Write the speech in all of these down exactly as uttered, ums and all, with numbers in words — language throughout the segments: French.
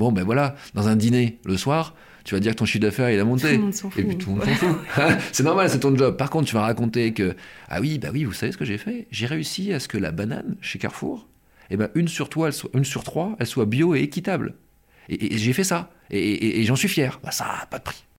Bon, ben voilà, dans un dîner, le soir, tu vas dire que ton chiffre d'affaires, il a monté. Tout le monde s'en fout. Et puis tout le monde s'en fout. C'est normal, c'est ton job. Par contre, tu vas raconter que, ah oui, bah oui, vous savez ce que j'ai fait? J'ai réussi à ce que la banane, chez Carrefour, eh ben, une sur trois, elle soit, une sur trois, elle soit bio et équitable. Et, et, et j'ai fait ça. Et, et, et j'en suis fier. Bah ça, pas de prix.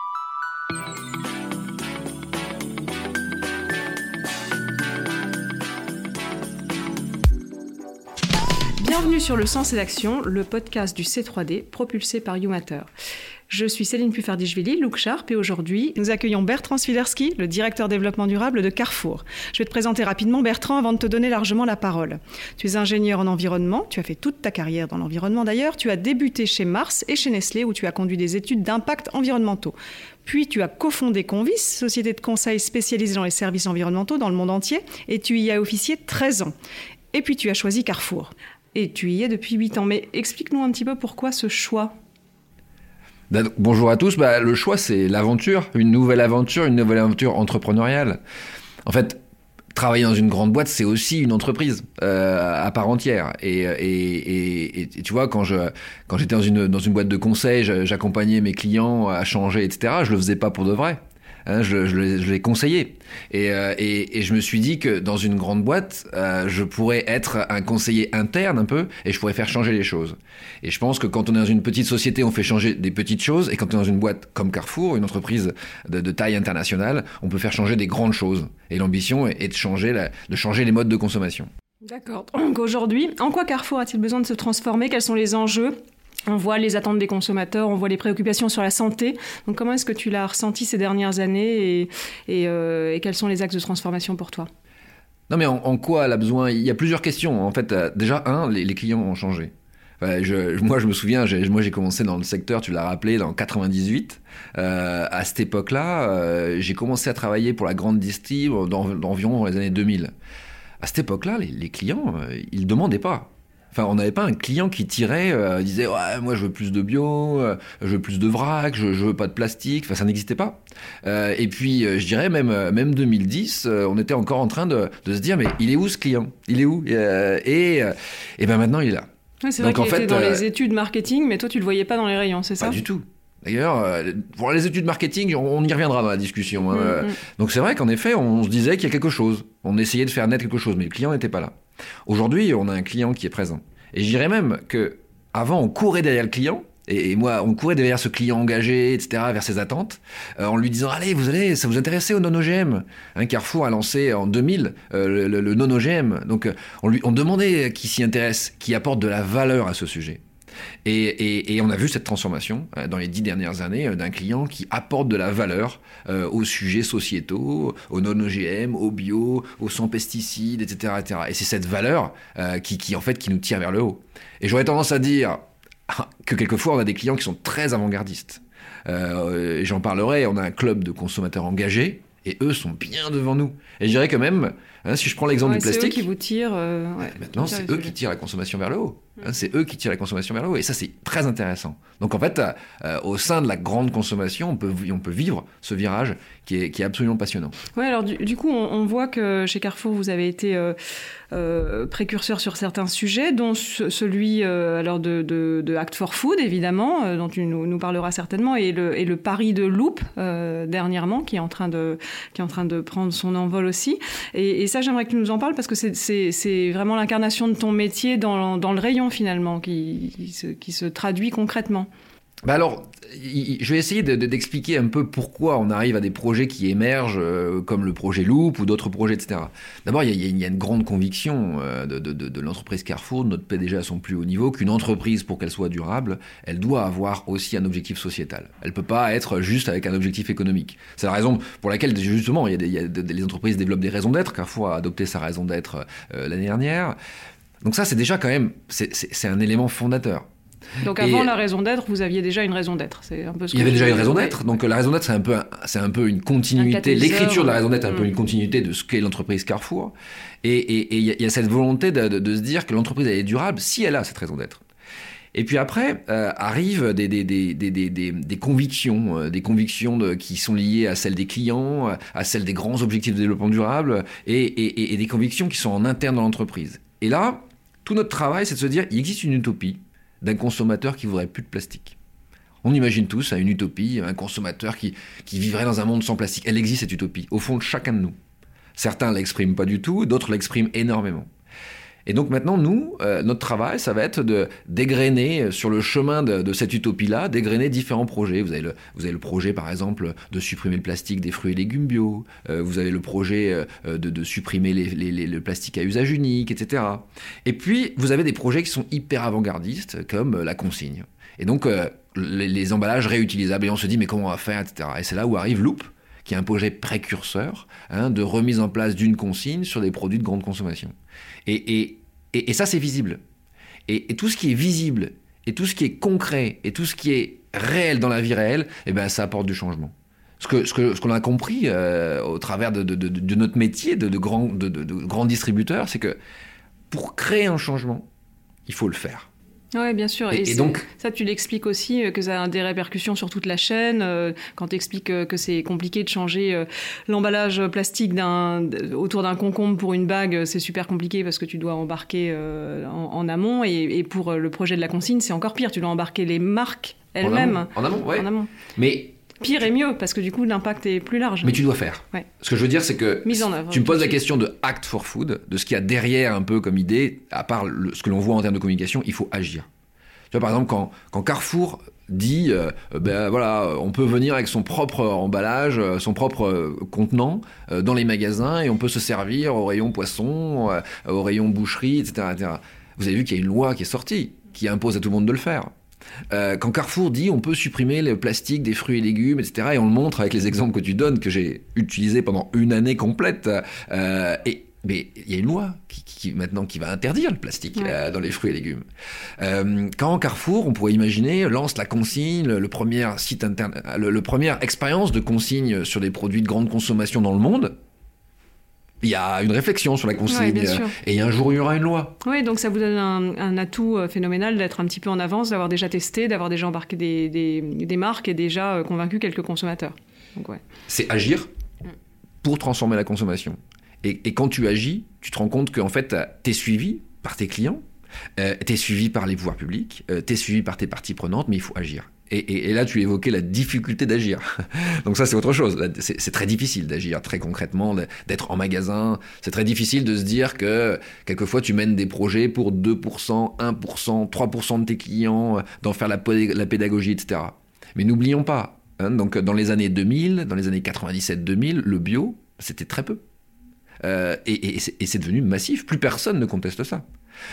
Bienvenue sur Le Sens et l'Action, le podcast du C trois D propulsé par YouMatter. Je suis Céline Puffardichvili, Look Sharp, et aujourd'hui, nous accueillons Bertrand Swiderski, le directeur développement durable de Carrefour. Je vais te présenter rapidement Bertrand avant de te donner largement la parole. Tu es ingénieur en environnement, tu as fait toute ta carrière dans l'environnement d'ailleurs, tu as débuté chez Mars et chez Nestlé où tu as conduit des études d'impact environnementaux. Puis tu as cofondé Convis, société de conseil spécialisée dans les services environnementaux dans le monde entier, et tu y as officié treize ans. Et puis tu as choisi Carrefour. Et tu y es depuis huit ans. Mais explique-nous un petit peu pourquoi ce choix. Bonjour à tous. Bah, le choix, c'est l'aventure, une nouvelle aventure, une nouvelle aventure entrepreneuriale. En fait, travailler dans une grande boîte, c'est aussi une entreprise euh, à part entière. Et, et, et, et, et tu vois, quand, je, quand j'étais dans une, dans une boîte de conseil, j'accompagnais mes clients à changer, et cetera, je le faisais pas pour de vrai. Hein, je, je, je l'ai conseillé et, euh, et, et je me suis dit que dans une grande boîte euh, je pourrais être un conseiller interne un peu et je pourrais faire changer les choses. Et je pense que quand on est dans une petite société, on fait changer des petites choses, et quand on est dans une boîte comme Carrefour, une entreprise de, de taille internationale, on peut faire changer des grandes choses. Et l'ambition est, est de changer la, de changer les modes de consommation. D'accord. Donc aujourd'hui, en quoi Carrefour a-t-il besoin de se transformer? Quels sont les enjeux? On voit les attentes des consommateurs, on voit les préoccupations sur la santé. Donc comment est-ce que tu l'as ressenti ces dernières années et, et, euh, et quels sont les axes de transformation pour toi? Non mais en, en quoi elle a besoin? Il y a plusieurs questions. En fait, euh, déjà, un, les, les clients ont changé. Enfin, je, moi, je me souviens, j'ai, moi j'ai commencé dans le secteur, tu l'as rappelé, dans quatre-vingt-dix-huit. Euh, à cette époque-là, euh, j'ai commencé à travailler pour la grande distrib dans, d'environ dans les années deux mille. À cette époque-là, les, les clients, euh, ils ne demandaient pas. Enfin, on n'avait pas un client qui tirait, euh, disait ouais, moi je veux plus de bio, euh, je veux plus de vrac, je, je veux pas de plastique. Enfin, ça n'existait pas. Euh, et puis, euh, je dirais même même deux mille dix, euh, on était encore en train de, de se dire mais il est où ce client? Il est où? euh, Et euh, et ben maintenant il est là. Ouais, c'est Donc, vrai qu'il en était fait, dans euh, les études marketing, mais toi tu le voyais pas dans les rayons, c'est ça? Pas du tout. D'ailleurs, euh, pour les études marketing, on, on y reviendra dans la discussion. Hein. Mmh, mmh. Donc c'est vrai qu'en effet, on se disait qu'il y a quelque chose. On essayait de faire naître quelque chose, mais le client n'était pas là. Aujourd'hui, on a un client qui est présent. Et je dirais même qu'avant, on courait derrière le client, et, et moi, on courait derrière ce client engagé, et cetera, vers ses attentes, euh, en lui disant « Allez, vous allez, ça vous intéressait au non-O G M ?» hein, Carrefour a lancé en deux mille euh, le, le, le non-O G M. Donc, on, lui, on demandait qui s'y intéresse, qui apporte de la valeur à ce sujet. Et, et, et on a vu cette transformation euh, dans les dix dernières années euh, d'un client qui apporte de la valeur euh, aux sujets sociétaux, au non-O G M, au bio, au sans pesticides, et cetera, et cetera. Et c'est cette valeur euh, qui, qui, en fait, qui nous tire vers le haut. Et j'aurais tendance à dire que quelquefois, on a des clients qui sont très avant-gardistes. Euh, et j'en parlerai, on a un club de consommateurs engagés, et eux sont bien devant nous. Et je dirais que même, hein, si je prends l'exemple ouais, du plastique... C'est eux qui vous tirent... Euh, ouais, maintenant, c'est eux qui tirent la consommation vers le haut. Mmh. Hein, c'est eux qui tirent la consommation vers le haut. Et ça, c'est très intéressant. Donc, en fait, euh, au sein de la grande consommation, on peut, on peut vivre ce virage qui est, qui est absolument passionnant. Oui, alors du, du coup, on, on voit que chez Carrefour, vous avez été euh, euh, précurseur sur certains sujets, dont ce, celui euh, alors de, de, de Act for Food, évidemment, euh, dont tu nous, nous parleras certainement, et le, et le pari de Loop, euh, dernièrement, qui est, en train de, qui est en train de prendre son envol aussi. Et, et ça, j'aimerais que tu nous en parles, parce que c'est, c'est, c'est vraiment l'incarnation de ton métier dans, dans le rayon, finalement, qui, qui, se, qui se traduit concrètement. Bah alors, je vais essayer de, de, d'expliquer un peu pourquoi on arrive à des projets qui émergent, euh, comme le projet Loop ou d'autres projets, et cetera. D'abord, il y a, il y a une grande conviction euh, de, de, de l'entreprise Carrefour, de notre P D G à son plus haut niveau, qu'une entreprise, pour qu'elle soit durable, elle doit avoir aussi un objectif sociétal. Elle ne peut pas être juste avec un objectif économique. C'est la raison pour laquelle, justement, il y a des, il y a des, les entreprises développent des raisons d'être. Carrefour a adopté sa raison d'être euh, l'année dernière. Donc ça, c'est déjà quand même, c'est, c'est, c'est un élément fondateur. Donc avant et la raison d'être, vous aviez déjà une raison d'être. C'est un peu ce il y avait déjà une raison d'être. Donc la raison d'être, c'est un peu, un, c'est un peu une continuité. L'écriture de la raison d'être est un mmh. peu une continuité de ce qu'est l'entreprise Carrefour. Et il y, y a cette volonté de, de, de se dire que l'entreprise elle est durable si elle a cette raison d'être. Et puis après euh, arrivent des, des, des, des, des, des, des convictions, euh, des convictions de, qui sont liées à celles des clients, à celles des grands objectifs de développement durable, et, et, et des convictions qui sont en interne dans l'entreprise. Et là, tout notre travail, c'est de se dire, il existe une utopie. d'un consommateur qui voudrait plus de plastique. On imagine tous hein, une utopie, un consommateur qui, qui vivrait dans un monde sans plastique. Elle existe cette utopie, au fond de chacun de nous. Certains ne l'expriment pas du tout, d'autres l'expriment énormément. Et donc maintenant, nous, euh, notre travail, ça va être de dégrainer sur le chemin de, de cette utopie-là, dégrainer différents projets. Vous avez, le, vous avez le projet, par exemple, de supprimer le plastique des fruits et légumes bio. Euh, vous avez le projet euh, de, de supprimer les, les, les, le plastique à usage unique, et cetera. Et puis, vous avez des projets qui sont hyper avant-gardistes, comme euh, la consigne. Et donc, euh, les, les emballages réutilisables. Et on se dit, mais comment on va faire, et cetera. Et c'est là où arrive Loop, qui est un projet précurseur hein, de remise en place d'une consigne sur des produits de grande consommation. Et, et, et, et ça, c'est visible. Et, et tout ce qui est visible, et tout ce qui est concret, et tout ce qui est réel dans la vie réelle, eh ben, ça apporte du changement. Ce, que, ce, que, ce qu'on a compris euh, au travers de, de, de, de notre métier de, de, grand, de, de, de grands distributeurs, c'est que pour créer un changement, il faut le faire. Oui, bien sûr. Et, et, et donc, ça, tu l'expliques aussi, que ça a des répercussions sur toute la chaîne. Euh, quand tu expliques que, que c'est compliqué de changer euh, l'emballage plastique d'un, autour d'un concombre pour une bague, c'est super compliqué parce que tu dois embarquer euh, en, en amont. Et, et pour le projet de la consigne, c'est encore pire. Tu dois embarquer les marques elles-mêmes. En amont, en amont, ouais. En amont. Mais... Pire et mieux, parce que du coup, l'impact est plus large. Mais tu dois faire. Ouais. Ce que je veux dire, c'est que Mise en œuvre, tu me poses la question de Act for Food, de ce qu'il y a derrière un peu comme idée, à part le, ce que l'on voit en termes de communication, il faut agir. Tu vois, par exemple, quand, quand Carrefour dit, euh, ben voilà, on peut venir avec son propre emballage, son propre euh, contenant euh, dans les magasins et on peut se servir au rayon poisson, euh, au rayon boucherie, et cetera, et cetera. Vous avez vu qu'il y a une loi qui est sortie, qui impose à tout le monde de le faire. Euh, quand Carrefour dit on peut supprimer le plastique des fruits et légumes, et cetera, et on le montre avec les exemples que tu donnes, que j'ai utilisés pendant une année complète, euh, et mais il y a une loi qui, qui maintenant qui va interdire le plastique ouais. euh, dans les fruits et légumes. Euh, quand Carrefour, on pourrait imaginer, lance la consigne, le, le premier site interne, le, le première expérience de consigne sur des produits de grande consommation dans le monde. Il y a une réflexion sur la consigne ouais, et un jour il y aura une loi. Oui, donc ça vous donne un, un atout phénoménal d'être un petit peu en avance, d'avoir déjà testé, d'avoir déjà embarqué des, des, des marques et déjà convaincu quelques consommateurs. Donc, ouais. C'est agir pour transformer la consommation. Et, et quand tu agis, tu te rends compte qu'en fait, t'es suivi par tes clients, euh, t'es suivi par les pouvoirs publics, euh, t'es suivi par tes parties prenantes, mais il faut agir. Et, et, et là, tu évoquais la difficulté d'agir. Donc ça, c'est autre chose. C'est, c'est très difficile d'agir très concrètement, d'être en magasin. C'est très difficile de se dire que quelquefois, tu mènes des projets pour deux pour cent, un pour cent, trois pour cent de tes clients, d'en faire la, la pédagogie, et cetera. Mais n'oublions pas, hein, donc dans les années deux mille, dans les années quatre-vingt-dix-sept deux mille, le bio, c'était très peu. Euh, et, et, c'est, et c'est devenu massif. Plus personne ne conteste ça.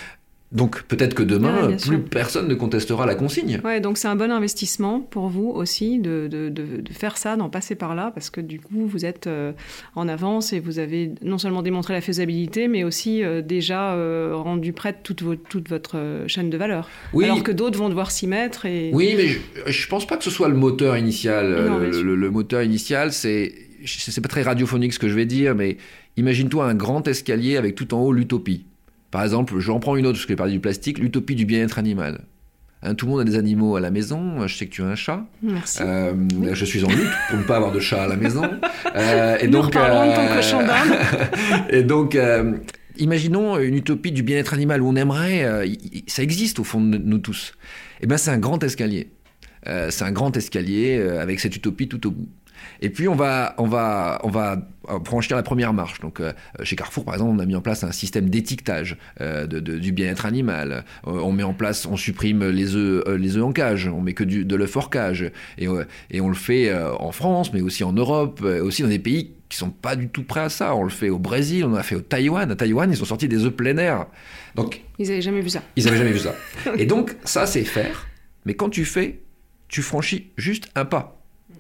Donc peut-être que demain, ouais, plus sûr. Personne ne contestera la consigne. Ouais, donc c'est un bon investissement pour vous aussi de, de, de, de faire ça, d'en passer par là, parce que du coup, vous êtes euh, en avance et vous avez non seulement démontré la faisabilité, mais aussi euh, déjà euh, rendu prête toute, vo- toute votre chaîne de valeur. Oui. Alors que d'autres vont devoir s'y mettre. Et... Oui, mais je ne pense pas que ce soit le moteur initial. Non, le, le, le moteur initial, c'est... C'est pas très radiophonique ce que je vais dire, mais imagine-toi un grand escalier avec tout en haut l'utopie. Par exemple, j'en prends une autre, parce que j'ai parlé du plastique, l'utopie du bien-être animal. Hein, tout le monde a des animaux à la maison. Je sais que tu as un chat. Merci. Euh, oui. Je suis en lutte pour ne pas avoir de chat à la maison. Euh, et Nous donc, reparlerons euh... de ton cochon d'Inde. Et donc, euh, imaginons une utopie du bien-être animal où on aimerait... Euh, y, ça existe au fond de nous tous. Eh bien, c'est un grand escalier. Euh, c'est un grand escalier euh, avec cette utopie tout au bout. Et puis on va, on va, on va franchir la première marche. Donc euh, chez Carrefour, par exemple, on a mis en place un système d'étiquetage euh, de, de, du bien-être animal. Euh, on met en place, on supprime les œufs, euh, les œufs en cage. On met que du, de l'œuf hors cage. Et, euh, et on le fait euh, en France, mais aussi en Europe, euh, aussi dans des pays qui sont pas du tout prêts à ça. On le fait au Brésil, on a fait au Taïwan. À Taïwan, ils ont sorti des œufs plein air. Donc ils n'avaient jamais vu ça. Ils n'avaient jamais vu ça. Et donc ça, c'est faire. Mais quand tu fais, tu franchis juste un pas.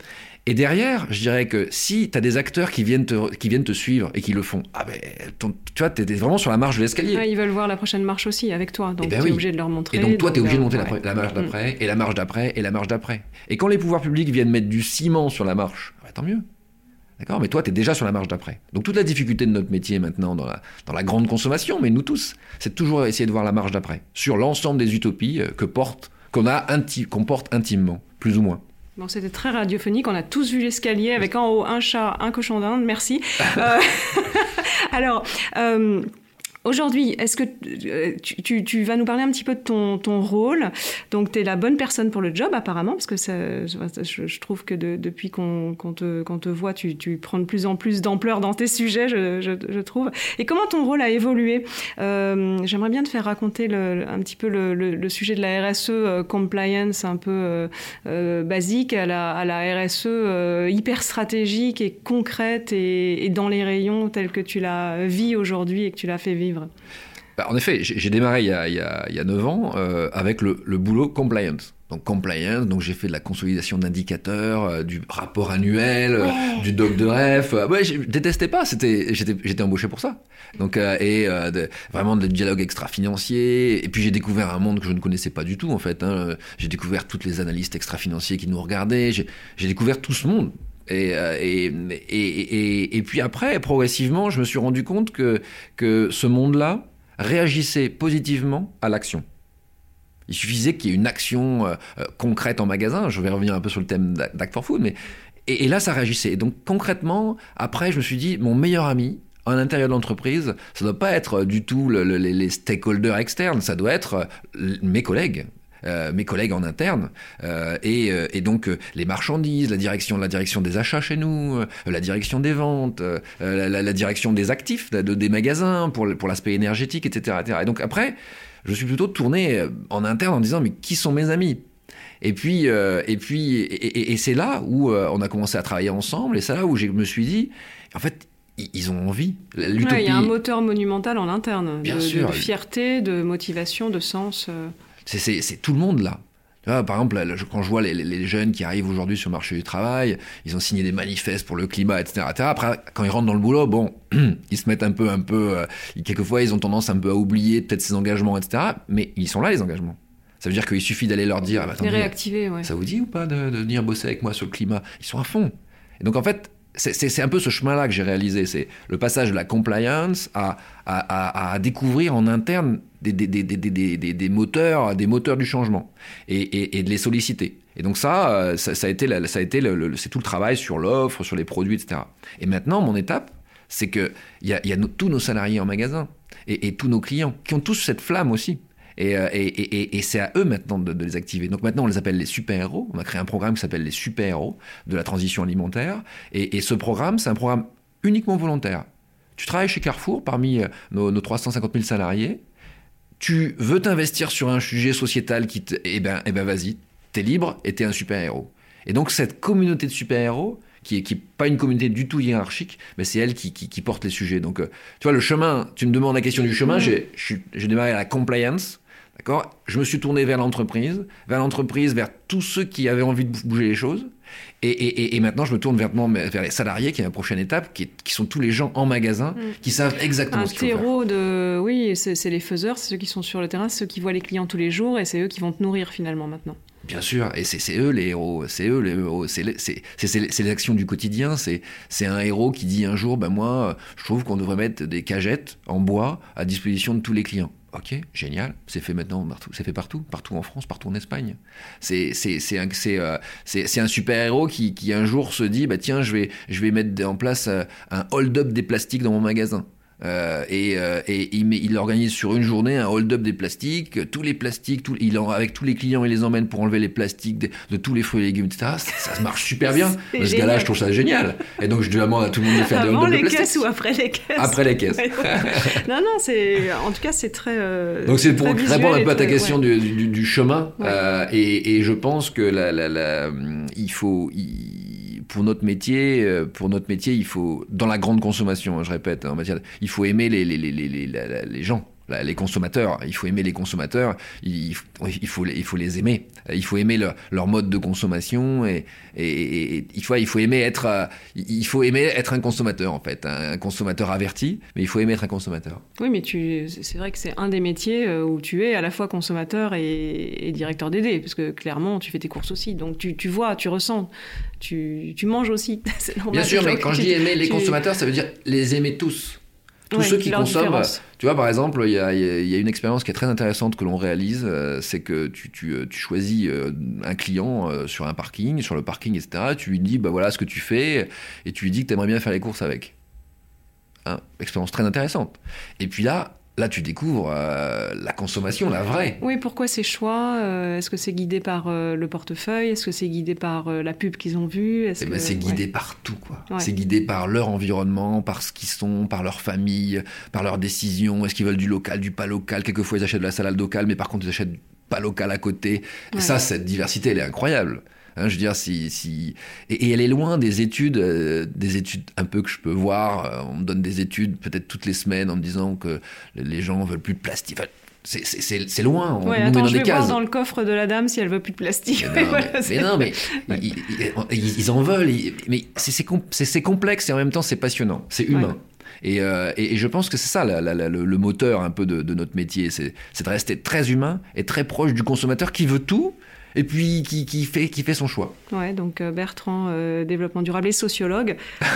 Et derrière, je dirais que si tu as des acteurs qui viennent, te, qui viennent te suivre et qui le font, ah ben, ton, tu vois, tu es vraiment sur la marche de l'escalier. Ouais, ils veulent voir la prochaine marche aussi avec toi, donc tu es oui. obligé de leur montrer. Et donc toi, tu es obligé de monter ouais. la, la marche d'après, et la marche d'après, et la marche d'après. Et quand les pouvoirs publics viennent mettre du ciment sur la marche, bah, tant mieux. D'accord ? Mais toi, tu es déjà sur la marche d'après. Donc toute la difficulté de notre métier maintenant, dans la, dans la grande consommation, mais nous tous, c'est de toujours essayer de voir la marche d'après, sur l'ensemble des utopies que porte, qu'on, a inti- qu'on porte intimement, plus ou moins. Bon, c'était très radiophonique. On a tous vu l'escalier avec en haut un chat, un cochon d'Inde. Merci. euh, alors, euh, Aujourd'hui, est-ce que euh, tu, tu, tu vas nous parler un petit peu de ton, ton rôle? Donc, tu es la bonne personne pour le job, apparemment, parce que ça, je, je trouve que de, depuis qu'on, qu'on, te, qu'on te voit, tu, tu prends de plus en plus d'ampleur dans tes sujets, je, je, je trouve. Et comment ton rôle a évolué? euh, J'aimerais bien te faire raconter le, un petit peu le, le, le sujet de la R S E, euh, compliance un peu euh, euh, basique, à la, à la R S E euh, hyper stratégique et concrète et, et dans les rayons tels que tu la vis aujourd'hui et que tu l'as fait vivre. Bah, en effet, j'ai, j'ai démarré il y a, il y a, il y a neuf ans euh, avec le, le boulot compliance. Donc compliance, donc j'ai fait de la consolidation d'indicateurs, euh, du rapport annuel, ouais. euh, du doc de ref. Euh, ouais, je détestais pas, c'était, j'étais, j'étais embauché pour ça. Donc euh, et euh, de, vraiment de dialogue extra-financier. Et puis j'ai découvert un monde que je ne connaissais pas du tout en fait. Hein. J'ai découvert toutes les analystes extra-financiers qui nous regardaient. J'ai, j'ai découvert tout ce monde. Et, et, et, et, et puis après, progressivement, je me suis rendu compte que, que ce monde-là réagissait positivement à l'action. Il suffisait qu'il y ait une action euh, concrète en magasin. Je vais revenir un peu sur le thème d'Act for Food. Mais, et, et là, ça réagissait. Et donc, concrètement, après, je me suis dit, mon meilleur ami, à l'intérieur de l'entreprise, ça ne doit pas être du tout le, le, les stakeholders externes, ça doit être mes collègues. Euh, mes collègues en interne euh, et, euh, et donc euh, les marchandises, la direction, la direction des achats chez nous, euh, la direction des ventes, euh, la, la direction des actifs de, de, des magasins pour, pour l'aspect énergétique, et cetera, et cetera. Et donc après, je suis plutôt tourné en interne en disant mais qui sont mes amis ? Et puis, euh, et, puis et, et, et c'est là où euh, on a commencé à travailler ensemble et c'est là où je me suis dit, en fait, ils ont envie. L'utopie... Ouais, il y a un moteur monumental en interne, Bien de, sûr. de fierté, de motivation, de sens. Euh... C'est, c'est, c'est tout le monde là. Tu vois, par exemple, là, quand je vois les, les, les jeunes qui arrivent aujourd'hui sur le marché du travail, ils ont signé des manifestes pour le climat, et cetera, et cetera. Après, quand ils rentrent dans le boulot, bon, ils se mettent un peu, un peu. Euh, quelquefois, ils ont tendance un peu à oublier peut-être ces engagements, et cetera. Mais ils sont là, les engagements. Ça veut dire qu'il suffit d'aller leur dire, ah, bah, attendez, les réactiver, ouais. Ça vous dit ou pas de, de venir bosser avec moi sur le climat ? Ils sont à fond. Et donc en fait, c'est, c'est, c'est un peu ce chemin-là que j'ai réalisé. C'est le passage de la compliance à, à, à, à découvrir en interne des, des, des, des, des, des, des moteurs, des moteurs du changement et, et, et de les solliciter. Et donc ça, ça, ça a été, la, ça a été le, le, c'est tout le travail sur l'offre, sur les produits, et cetera. Et maintenant, mon étape, c'est qu'il y a, y a no, tous nos salariés en magasin et, et tous nos clients qui ont tous cette flamme aussi. Et, et, et, et c'est à eux maintenant de, de les activer. Donc maintenant, on les appelle les super-héros. On a créé un programme qui s'appelle les super-héros de la transition alimentaire. Et, et ce programme, c'est un programme uniquement volontaire. Tu travailles chez Carrefour, parmi nos, nos trois cent cinquante mille salariés. Tu veux t'investir sur un sujet sociétal qui te... Eh ben, eh ben vas-y, t'es libre et t'es un super-héros. Et donc cette communauté de super-héros, qui est, qui est pas une communauté du tout hiérarchique, mais c'est elle qui, qui, qui porte les sujets. Donc, euh, tu vois, le chemin, tu me demandes la question du chemin, j'ai, j'ai démarré à la compliance. D'accord ? Je me suis tourné vers l'entreprise, vers l'entreprise, vers tous ceux qui avaient envie de bouger les choses. Et, et, et maintenant, je me tourne vers, vers les salariés, qui est la prochaine étape, qui, est, qui sont tous les gens en magasin, mmh. qui savent exactement un ce qu'il faut faire. Un terreau de... Oui, c'est, c'est les faiseurs, c'est ceux qui sont sur le terrain, c'est ceux qui voient les clients tous les jours, et c'est eux qui vont te nourrir finalement maintenant. Bien sûr, et c'est, c'est eux les héros, c'est eux les héros, c'est les, c'est, c'est, c'est, c'est les actions du quotidien, c'est, c'est un héros qui dit un jour, ben moi, je trouve qu'on devrait mettre des cagettes en bois à disposition de tous les clients. Ok, génial, c'est fait maintenant partout, c'est fait partout, partout en France, partout en Espagne. C'est, c'est, c'est, un, c'est, euh, c'est, c'est un super-héros qui, qui un jour se dit, bah tiens, je vais, je vais mettre en place un hold-up des plastiques dans mon magasin. Euh, et, euh, et il, met, il organise sur une journée un hold-up des plastiques, tous les plastiques, tout, il en, avec tous les clients, il les emmène pour enlever les plastiques de, de tous les fruits et légumes, et cetera. Ça, ça marche super bien. Ce génial. Gars-là, je trouve ça génial. Et donc, je demande à tout le monde de faire Avant des hold-up de les plastiques. caisses ou après les caisses Après les caisses. non, non, c'est, en tout cas, c'est très. Euh, donc, c'est pour répondre un peu à ta très, question ouais. du, du, du chemin. Ouais. Euh, et, et je pense que la, la, la, il faut. Il, Pour notre métier, pour notre métier, il faut, dans la grande consommation, je répète, en matière, de, il faut aimer les, les, les, les, les, les, les gens, les consommateurs. Il faut aimer les consommateurs. Il faut, il faut, il faut les aimer. Il faut aimer leur, leur mode de consommation et, et, et il faut, il faut aimer être, il faut aimer être un consommateur en fait, un consommateur averti, mais il faut aimer être un consommateur. Oui, mais tu, c'est vrai que c'est un des métiers où tu es à la fois consommateur et, et directeur D D, parce que clairement, tu fais tes courses aussi, donc tu, tu vois, tu ressens. Tu, tu manges aussi. C'est normal. Bien sûr, mais quand je dis aimer les tu... consommateurs, ça veut dire les aimer tous. Tous ouais, ceux qui consomment. Différence. Tu vois, par exemple, il y a, y a une expérience qui est très intéressante que l'on réalise, euh, c'est que tu, tu, tu choisis euh, un client euh, sur un parking, sur le parking, et cetera. Tu lui dis, bah voilà ce que tu fais, et tu lui dis que tu aimerais bien faire les courses avec. Hein, expérience très intéressante. Et puis là, là, tu découvres euh, la consommation, la vraie. Oui, pourquoi ces choix euh, Est-ce que c'est guidé par euh, le portefeuille? Est-ce que c'est guidé par euh, la pub qu'ils ont vue? Est-ce Eh que... ben, c'est guidé ouais. par tout, quoi. Ouais. C'est guidé par leur environnement, par ce qu'ils sont, par leur famille, par leurs décisions. Est-ce qu'ils veulent du local, du pas local? Quelquefois, ils achètent de la salade locale, mais par contre, ils achètent du pas local à côté. Et Ouais. ça, cette diversité, elle est incroyable. Hein, je veux dire, si, si... Et, et elle est loin des études, euh, des études un peu que je peux voir. Euh, on me donne des études peut-être toutes les semaines en me disant que les gens veulent plus de plastique. Enfin, c'est, c'est, c'est, c'est loin, on Ouais, nous attends, met dans je des vais cases. voir dans le coffre de la dame si elle veut plus de plastique. Mais non, Voilà, mais, c'est- mais non, mais Ouais. ils, ils- ils en veulent. ils- mais c'est, c'est, com- c'est, c'est complexe et en même temps c'est passionnant, c'est humain. Ouais. Et, euh, et, et je pense que c'est ça la- la- la- le, le moteur un peu de, de notre métier, c'est, c'est de rester très humain et très proche du consommateur qui veut tout et puis qui, qui, fait, qui fait son choix. Ouais, donc euh, Bertrand, euh, développement durable et sociologue.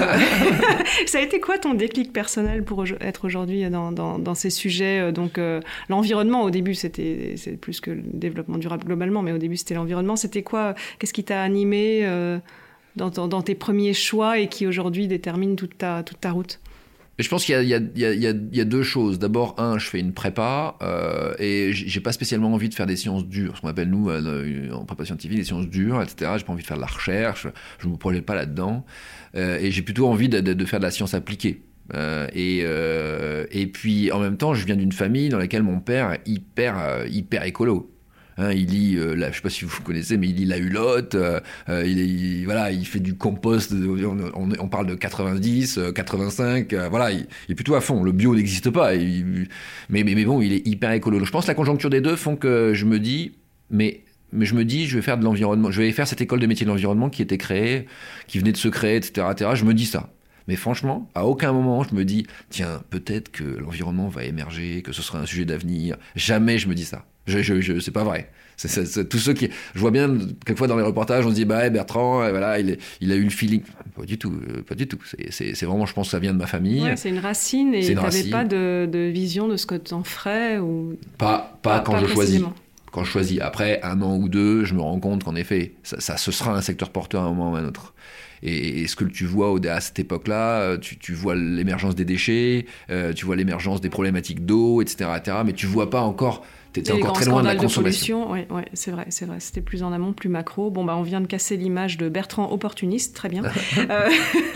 Ça a été quoi ton déclic personnel pour au- être aujourd'hui dans, dans, dans ces sujets euh, donc euh, l'environnement, au début, c'était c'est plus que le développement durable globalement, mais au début, c'était l'environnement. C'était quoi? Qu'est-ce qui t'a animé euh, dans, dans, dans tes premiers choix et qui aujourd'hui détermine toute ta, toute ta route? Mais je pense qu'il y a, il y a, il y a, il y a, il y a deux choses. D'abord, un, je fais une prépa euh, et j'ai j'ai pas spécialement envie de faire des sciences dures, ce qu'on appelle nous euh, en prépa scientifique des sciences dures, et cetera. J'ai pas envie de faire de la recherche, je me projette pas là-dedans, euh, et j'ai plutôt envie de, de, de faire de la science appliquée. Euh, et, euh, et puis en même temps, je viens d'une famille dans laquelle mon père est hyper, euh, hyper écolo. Hein, il lit, euh, la, je sais pas si vous connaissez, mais il lit la Hulotte. Euh, il, il, voilà, il fait du compost. On, on, on parle de quatre-vingt-dix, quatre-vingt-cinq. Euh, voilà, il, il est plutôt à fond. Le bio n'existe pas. Il, mais, mais, mais bon, il est hyper écolo. Je pense que la conjoncture des deux font que je me dis, mais mais je me dis, je vais faire de l'environnement. Je vais faire cette école de métier de l'environnement qui était créée, qui venait de se créer, et cetera, et cetera. Je me dis ça. Mais franchement, à aucun moment je me dis, tiens, peut-être que l'environnement va émerger, que ce sera un sujet d'avenir. Jamais je me dis ça. Je, je, je, c'est pas vrai. C'est, c'est, c'est, tous ceux qui, je vois bien quelquefois dans les reportages, on se dit, bah Bertrand, voilà, il, est, il a eu le feeling. Pas du tout, euh, pas du tout. C'est, c'est, c'est vraiment, je pense, que ça vient de ma famille. Ouais, c'est une racine et tu n'avais pas de, de vision de ce que tu en ferais ou... Pas, pas, pas quand pas je choisis. Quand je choisis. Après un an ou deux, je me rends compte qu'en effet, ça, ça, ce sera un secteur porteur à un moment ou à un autre. Et, et ce que tu vois à cette époque-là, tu, tu vois l'émergence des déchets, euh, tu vois l'émergence des problématiques d'eau, et cetera, et cetera. Mais tu vois pas encore. T'étais encore très loin de la consommation. Oui, ouais, c'est vrai, c'est vrai. C'était plus en amont, plus macro. Bon, bah, on vient de casser l'image de Bertrand opportuniste, très bien. euh,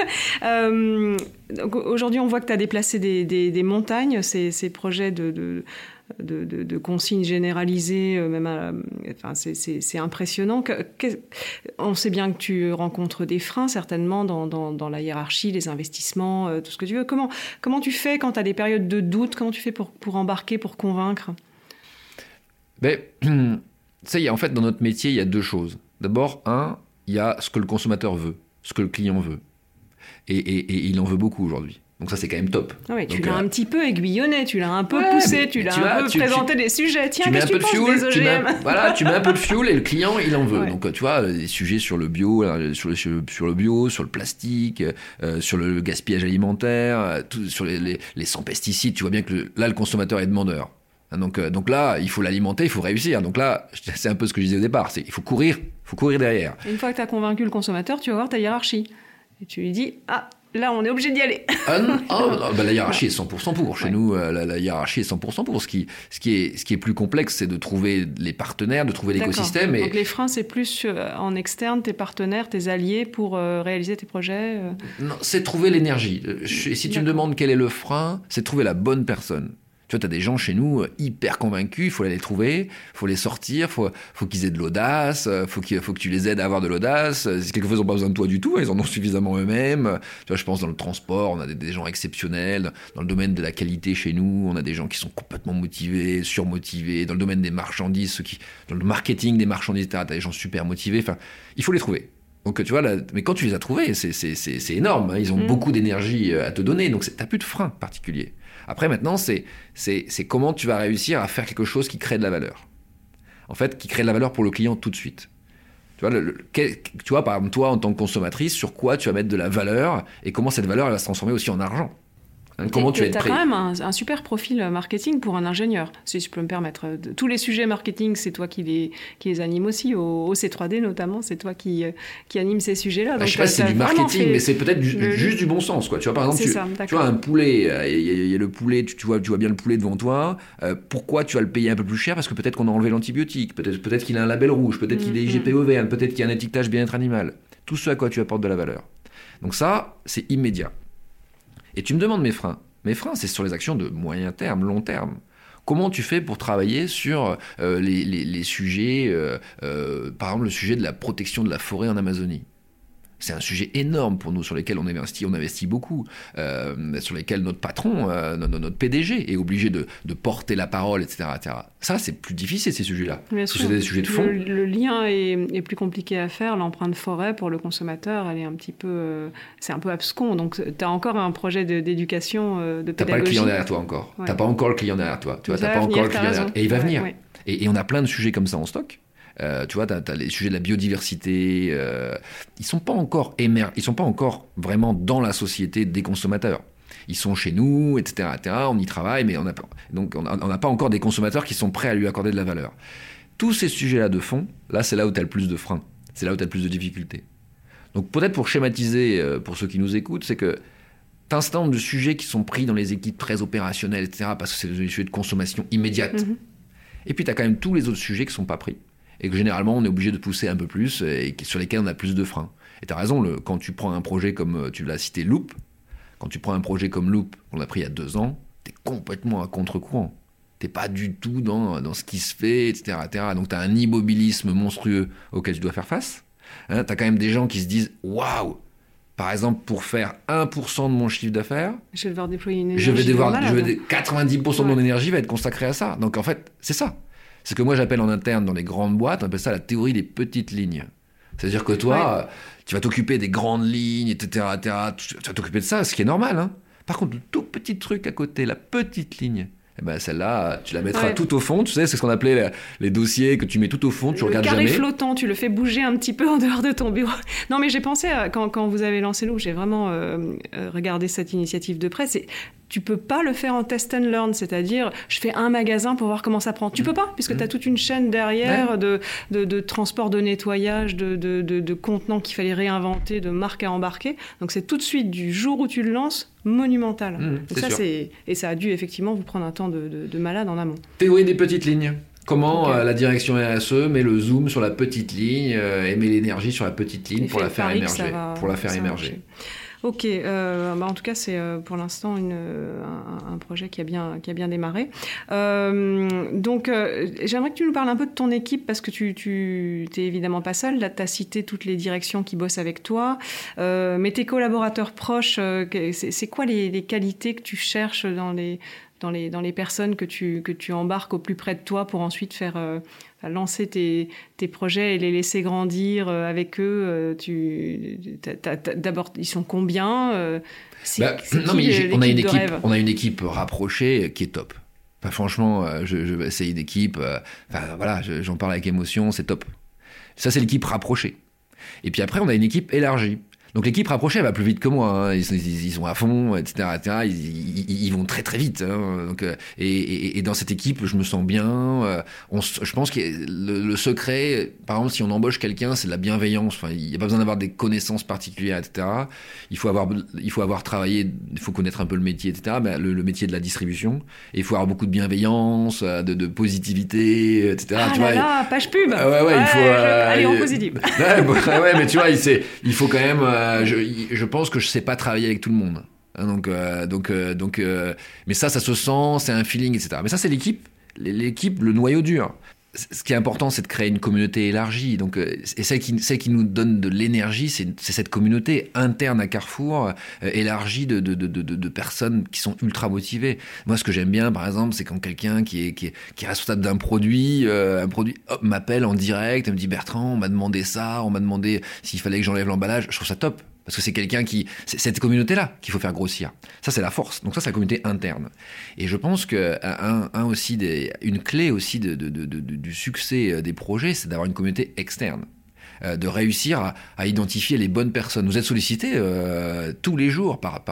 euh, donc, aujourd'hui, on voit que tu as déplacé des, des, des montagnes, ces, ces projets de, de, de, de, de consignes généralisées, même à, enfin, c'est, c'est, c'est impressionnant. Que, que, on sait bien que tu rencontres des freins, certainement, dans, dans, dans la hiérarchie, les investissements, euh, tout ce que tu veux. Comment, comment tu fais quand tu as des périodes de doute? Comment tu fais pour, pour embarquer, pour convaincre? Mais, ça y est, en fait, dans notre métier, il y a deux choses. D'abord, un, il y a ce que le consommateur veut, ce que le client veut. Et, et, et il en veut beaucoup aujourd'hui. Donc ça, c'est quand même top. Ah oui, tu Donc, l'as euh... un petit peu aiguillonné, tu l'as un peu ouais, poussé, mais, tu mais l'as tu un vois, peu tu, présenté tu, des sujets. Tiens, tu mets qu'est-ce un que peu tu de penses fuel, des tu O G M? mets, voilà, tu mets un peu de fuel et le client, il en veut. Ouais. Donc tu vois, les sujets sur le bio, sur le, sur le bio, sur le plastique, euh, sur le gaspillage alimentaire, tout, sur les, les, les sans pesticides, tu vois bien que le, là, le consommateur est demandeur. Donc, euh, donc là, il faut l'alimenter, il faut réussir. Donc là, c'est un peu ce que je disais au départ, c'est il faut courir, il faut courir derrière. Une fois que tu as convaincu le consommateur, tu vas voir ta hiérarchie. Et tu lui dis, ah, là, on est obligé d'y aller. Ah non, oh, non, bah la hiérarchie est cent pour cent pour. Chez ouais. nous, la, la hiérarchie est cent pour cent pour. Ce qui, ce, qui est, ce qui est plus complexe, c'est de trouver les partenaires, de trouver D'accord. l'écosystème. Et... Donc les freins, c'est plus en externe, tes partenaires, tes alliés pour euh, réaliser tes projets euh... Non, c'est trouver l'énergie. Je, si tu D'accord. me demandes quel est le frein, c'est trouver la bonne personne. Tu vois, tu as des gens chez nous hyper convaincus, il faut aller les trouver, il faut les sortir, il faut, faut qu'ils aient de l'audace, il faut, qu'il faut que tu les aides à avoir de l'audace. Quelquefois, ils n'ont pas besoin de toi du tout, ils en ont suffisamment eux-mêmes. Tu vois, je pense dans le transport, on a des, des gens exceptionnels. Dans le domaine de la qualité chez nous, on a des gens qui sont complètement motivés, surmotivés. Dans le domaine des marchandises, ceux qui, dans le marketing des marchandises, tu as des gens super motivés. Enfin, il faut les trouver. Donc, tu vois, là, mais quand tu les as trouvés, c'est, c'est, c'est, c'est énorme. Hein, ils ont mmh. beaucoup d'énergie à te donner, donc tu n'as plus de frein particulier. Après, maintenant, c'est, c'est, c'est comment tu vas réussir à faire quelque chose qui crée de la valeur. En fait, qui crée de la valeur pour le client tout de suite. Tu vois, le, le, quel, tu vois, par exemple, toi, en tant que consommatrice, sur quoi tu vas mettre de la valeur et comment cette valeur elle va se transformer aussi en argent. Hein, comment tu vas être prêt ? prêt ? Tu as quand même un, un super profil marketing pour un ingénieur, si je peux me permettre. Tous les sujets marketing, c'est toi qui les, qui les anime aussi, au, au C trois D notamment, c'est toi qui, qui anime ces sujets-là. Bah, Donc je sais pas si c'est du marketing, fait... mais c'est peut-être du, le... juste du bon sens, quoi. Tu vois, par exemple, tu, ça, tu vois un poulet, il euh, y, y, y a le poulet, tu, tu, vois, tu vois bien le poulet devant toi, euh, pourquoi tu vas le payer un peu plus cher ? Parce que peut-être qu'on a enlevé l'antibiotique, peut-être, peut-être qu'il a un label rouge, peut-être mmh, qu'il est I G P O vert, peut-être qu'il y a un étiquetage bien-être animal. Tout ce à quoi tu apportes de la valeur. Donc ça, c'est immédiat. Et tu me demandes mes freins. Mes freins, c'est sur les actions de moyen terme, long terme. Comment tu fais pour travailler sur euh, les, les, les sujets, euh, euh, par exemple le sujet de la protection de la forêt en Amazonie ? C'est un sujet énorme pour nous, sur lequel on investit, on investit beaucoup, euh, sur lesquels notre patron, euh, notre, notre P D G est obligé de, de porter la parole, et cetera, et cetera. Ça, c'est plus difficile, ces sujets-là. Bien parce sûr. que c'est des sujets de fond. Le, le lien est, est plus compliqué à faire. L'empreinte forêt, pour le consommateur, elle est un petit peu... Euh, c'est un peu abscon. Donc, tu as encore un projet de, d'éducation, euh, de pédagogie. Tu n'as pas le client derrière toi encore. Ouais. Tu n'as pas encore le client derrière toi. Tu vois, t'as pas venir, encore le client derrière toi. Et il va ouais, venir. Ouais. Et, et on a plein de sujets comme ça en stock. Euh, tu vois, tu as les sujets de la biodiversité, euh, ils sont pas encore émer- ils sont pas encore vraiment dans la société des consommateurs. Ils sont chez nous, et cetera, et cetera. On y travaille, mais on a pas, donc on n'a pas encore des consommateurs qui sont prêts à lui accorder de la valeur. Tous ces sujets-là de fond, là, c'est là où tu as le plus de freins, c'est là où tu as le plus de difficultés. Donc peut-être pour schématiser, euh, pour ceux qui nous écoutent, c'est que tu as un certain nombre de sujets qui sont pris dans les équipes très opérationnelles, et cetera, parce que c'est des sujets de consommation immédiate. Mm-hmm. Et puis tu as quand même tous les autres sujets qui ne sont pas pris. Et que généralement, on est obligé de pousser un peu plus et sur lesquels on a plus de freins. Et tu as raison, le, quand tu prends un projet comme, tu l'as cité, Loop, quand tu prends un projet comme Loop, qu'on a pris il y a deux ans, tu es complètement à contre-courant. Tu n'es pas du tout dans, dans ce qui se fait, et cetera, et cetera. Donc tu as un immobilisme monstrueux auquel tu dois faire face. Hein, tu as quand même des gens qui se disent « Waouh !» Par exemple, pour faire un pour cent de mon chiffre d'affaires, je vais devoir déployer une énergie. Je vais devoir, je vais, quatre-vingt-dix pour cent ouais. de mon énergie va être consacrée à ça. Donc en fait, c'est ça. C'est ce que moi j'appelle en interne dans les grandes boîtes, on appelle ça la théorie des petites lignes. C'est-à-dire que toi, ouais. tu vas t'occuper des grandes lignes, et cetera, et cetera. Tu vas t'occuper de ça, ce qui est normal. Hein. Par contre, le tout petit truc à côté, la petite ligne, eh ben celle-là, tu la mettras ouais. tout au fond. Tu sais, c'est ce qu'on appelait les, les dossiers que tu mets tout au fond, tu le regardes jamais. Le carré flottant, tu le fais bouger un petit peu en dehors de ton bureau. Non, mais j'ai pensé, à, quand, quand vous avez lancé Loop, j'ai vraiment euh, regardé cette initiative de près. C'est, tu peux pas le faire en test and learn, c'est-à-dire je fais un magasin pour voir comment ça prend. Tu peux pas, puisque mmh. tu as toute une chaîne derrière ouais. de, de, de transport, de nettoyage, de, de, de, de contenants qu'il fallait réinventer, de marques à embarquer. Donc c'est tout de suite, du jour où tu le lances, monumental. Mmh, Donc c'est ça, c'est, et ça a dû effectivement vous prendre un temps de, de, de malade en amont. Théorie des petites lignes. Comment okay. euh, la direction R S E met le zoom sur la petite ligne euh, et met l'énergie sur la petite ligne pour la, faire émerger, va, pour la faire émerger. Ok, euh, bah en tout cas c'est euh, pour l'instant une, euh, un, un projet qui a bien, qui a bien démarré. Euh, donc euh, j'aimerais que tu nous parles un peu de ton équipe parce que tu, tu t'es évidemment pas seul. Là tu as cité toutes les directions qui bossent avec toi, euh, mais tes collaborateurs proches, euh, c'est, c'est quoi les, les qualités que tu cherches dans les, dans les, dans les personnes que tu, que tu embarques au plus près de toi pour ensuite faire... Euh, lancer tes, tes projets et les laisser grandir avec eux. Tu, t'as, t'as, d'abord, ils sont combien euh, c'est, bah, c'est non, mais qui, on, a une équipe, rêve on a une équipe rapprochée qui est top. Enfin, franchement, je, je vais essayer d'équipe. Enfin, voilà, je, j'en parle avec émotion, c'est top. Ça, c'est l'équipe rapprochée. Et puis après, on a une équipe élargie. Donc l'équipe rapprochée, elle va plus vite que moi. Hein. Ils, ils, ils sont à fond, et cetera, et cetera. Ils, ils, ils vont très très vite. Hein. Donc, et, et, et dans cette équipe, je me sens bien. On, je pense que le, le secret, par exemple, si on embauche quelqu'un, c'est de la bienveillance. Enfin, il n'y a pas besoin d'avoir des connaissances particulières, et cetera. Il faut avoir, il faut avoir travaillé, il faut connaître un peu le métier, et cetera. Ben, le, le métier de la distribution. Et il faut avoir beaucoup de bienveillance, de, de positivité, et cetera. Ah tu là vois, là, et, page pub. Ouais, ouais, ouais, il faut. Je, euh, allez, en positif. Ouais, ouais, mais tu vois, il, c'est, il faut quand même. Euh, Je, je pense que je sais pas travailler avec tout le monde. Donc, euh, donc, euh, donc, euh, mais ça, ça se sent, c'est un feeling, et cetera. Mais ça, c'est l'équipe, l'équipe, le noyau dur. Ce qui est important, c'est de créer une communauté élargie. Donc, euh, et celle qui, celle qui nous donne de l'énergie, c'est, c'est cette communauté interne à Carrefour, euh, élargie de, de, de, de, de personnes qui sont ultra motivées. Moi, ce que j'aime bien, par exemple, c'est quand quelqu'un qui est, qui est, qui est responsable d'un produit, euh, un produit, hop, m'appelle en direct, et me dit Bertrand, on m'a demandé ça, on m'a demandé s'il fallait que j'enlève l'emballage. Je trouve ça top. Parce que c'est quelqu'un qui... C'est cette communauté-là qu'il faut faire grossir. Ça, c'est la force. Donc ça, c'est la communauté interne. Et je pense que un, un aussi des, une clé aussi de, de, de, de, du succès des projets, c'est d'avoir une communauté externe. Euh, de réussir à, à identifier les bonnes personnes. Vous êtes sollicités euh, tous les jours par... par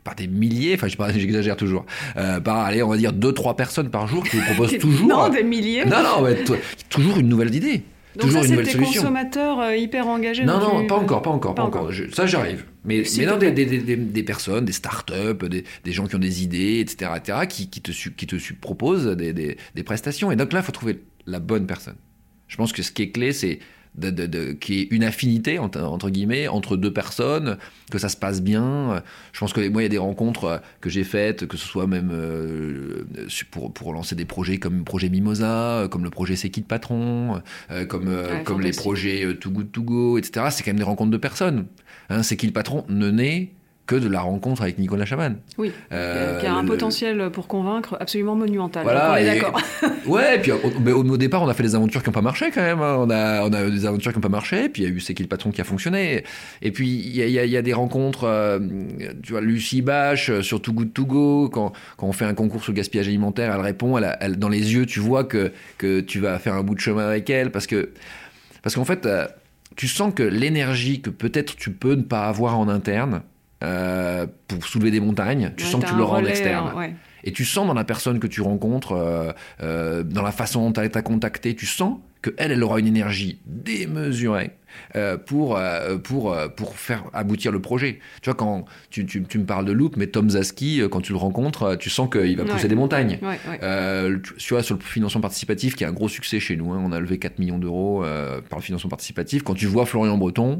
par des milliers, enfin j'exagère toujours, euh, par allez, on va dire deux trois personnes par jour qui vous proposent toujours. Non, des milliers. Non, non, mais t- toujours une nouvelle idée. Donc toujours ça, une nouvelle c'est tes solution. consommateurs euh, hyper engagés. Non, dont non, tu- pas encore, pas encore, pas, Pas encore. encore. Je- ça, j'arrive. Mais, S'il mais te non, plaît. des, des, des, des personnes, des startups, des, des gens qui ont des idées, et cetera, et cetera, qui, qui te, su- qui te su- proposent des, des, des prestations. Et donc là, il faut trouver la bonne personne. Je pense que ce qui est clé, c'est de, de, de, qu'il y ait une affinité, entre, entre guillemets, entre deux personnes, que ça se passe bien. Je pense que moi, il y a des rencontres que j'ai faites, que ce soit même euh, pour, pour lancer des projets comme le projet Mimosa, comme le projet C'est qui le patron, euh, comme, euh, Ouais, comme les fantastique. projets euh, Too Good To Go, et cetera. C'est quand même des rencontres de personnes. Hein, C'est qui le patron ne naît que de la rencontre avec Nicolas Chaban. Oui, Euh, qui a un le- potentiel pour convaincre absolument monumental. Voilà, Donc on est et- d'accord. Ouais, et puis au, mais au, au départ, on a fait des aventures qui n'ont pas marché quand même. hein. On a, on a eu des aventures qui n'ont pas marché, puis il y a eu C'est qui le patron qui a fonctionné. Et puis il y a, il y a- il y a des rencontres, euh, tu vois, Lucie Bache euh, sur Too Good To Go, quand, quand on fait un concours sur le gaspillage alimentaire, elle répond, elle, a- elle- dans les yeux, tu vois que, que tu vas faire un bout de chemin avec elle, parce que parce qu'en fait, euh, tu sens que l'énergie que peut-être tu peux ne pas avoir en interne, euh, pour soulever des montagnes, tu Ouais, sens que t'as tu un l'auras en relais, externe. euh, ouais. Et tu sens dans la personne que tu rencontres, euh, euh, dans la façon dont elle t'a contacté, tu sens qu'elle, elle aura une énergie démesurée euh, pour, euh, pour, euh, pour faire aboutir le projet. Tu vois, quand tu, tu, tu me parles de Loop, mais Tom Zaski, euh, quand tu le rencontres, euh, tu sens qu'il va pousser Ouais. des montagnes. Ouais, ouais. Euh, tu tu vois, sur le financement participatif, qui est un gros succès chez nous, hein, on a levé quatre millions d'euros euh, par le financement participatif. Quand tu vois Florian Breton,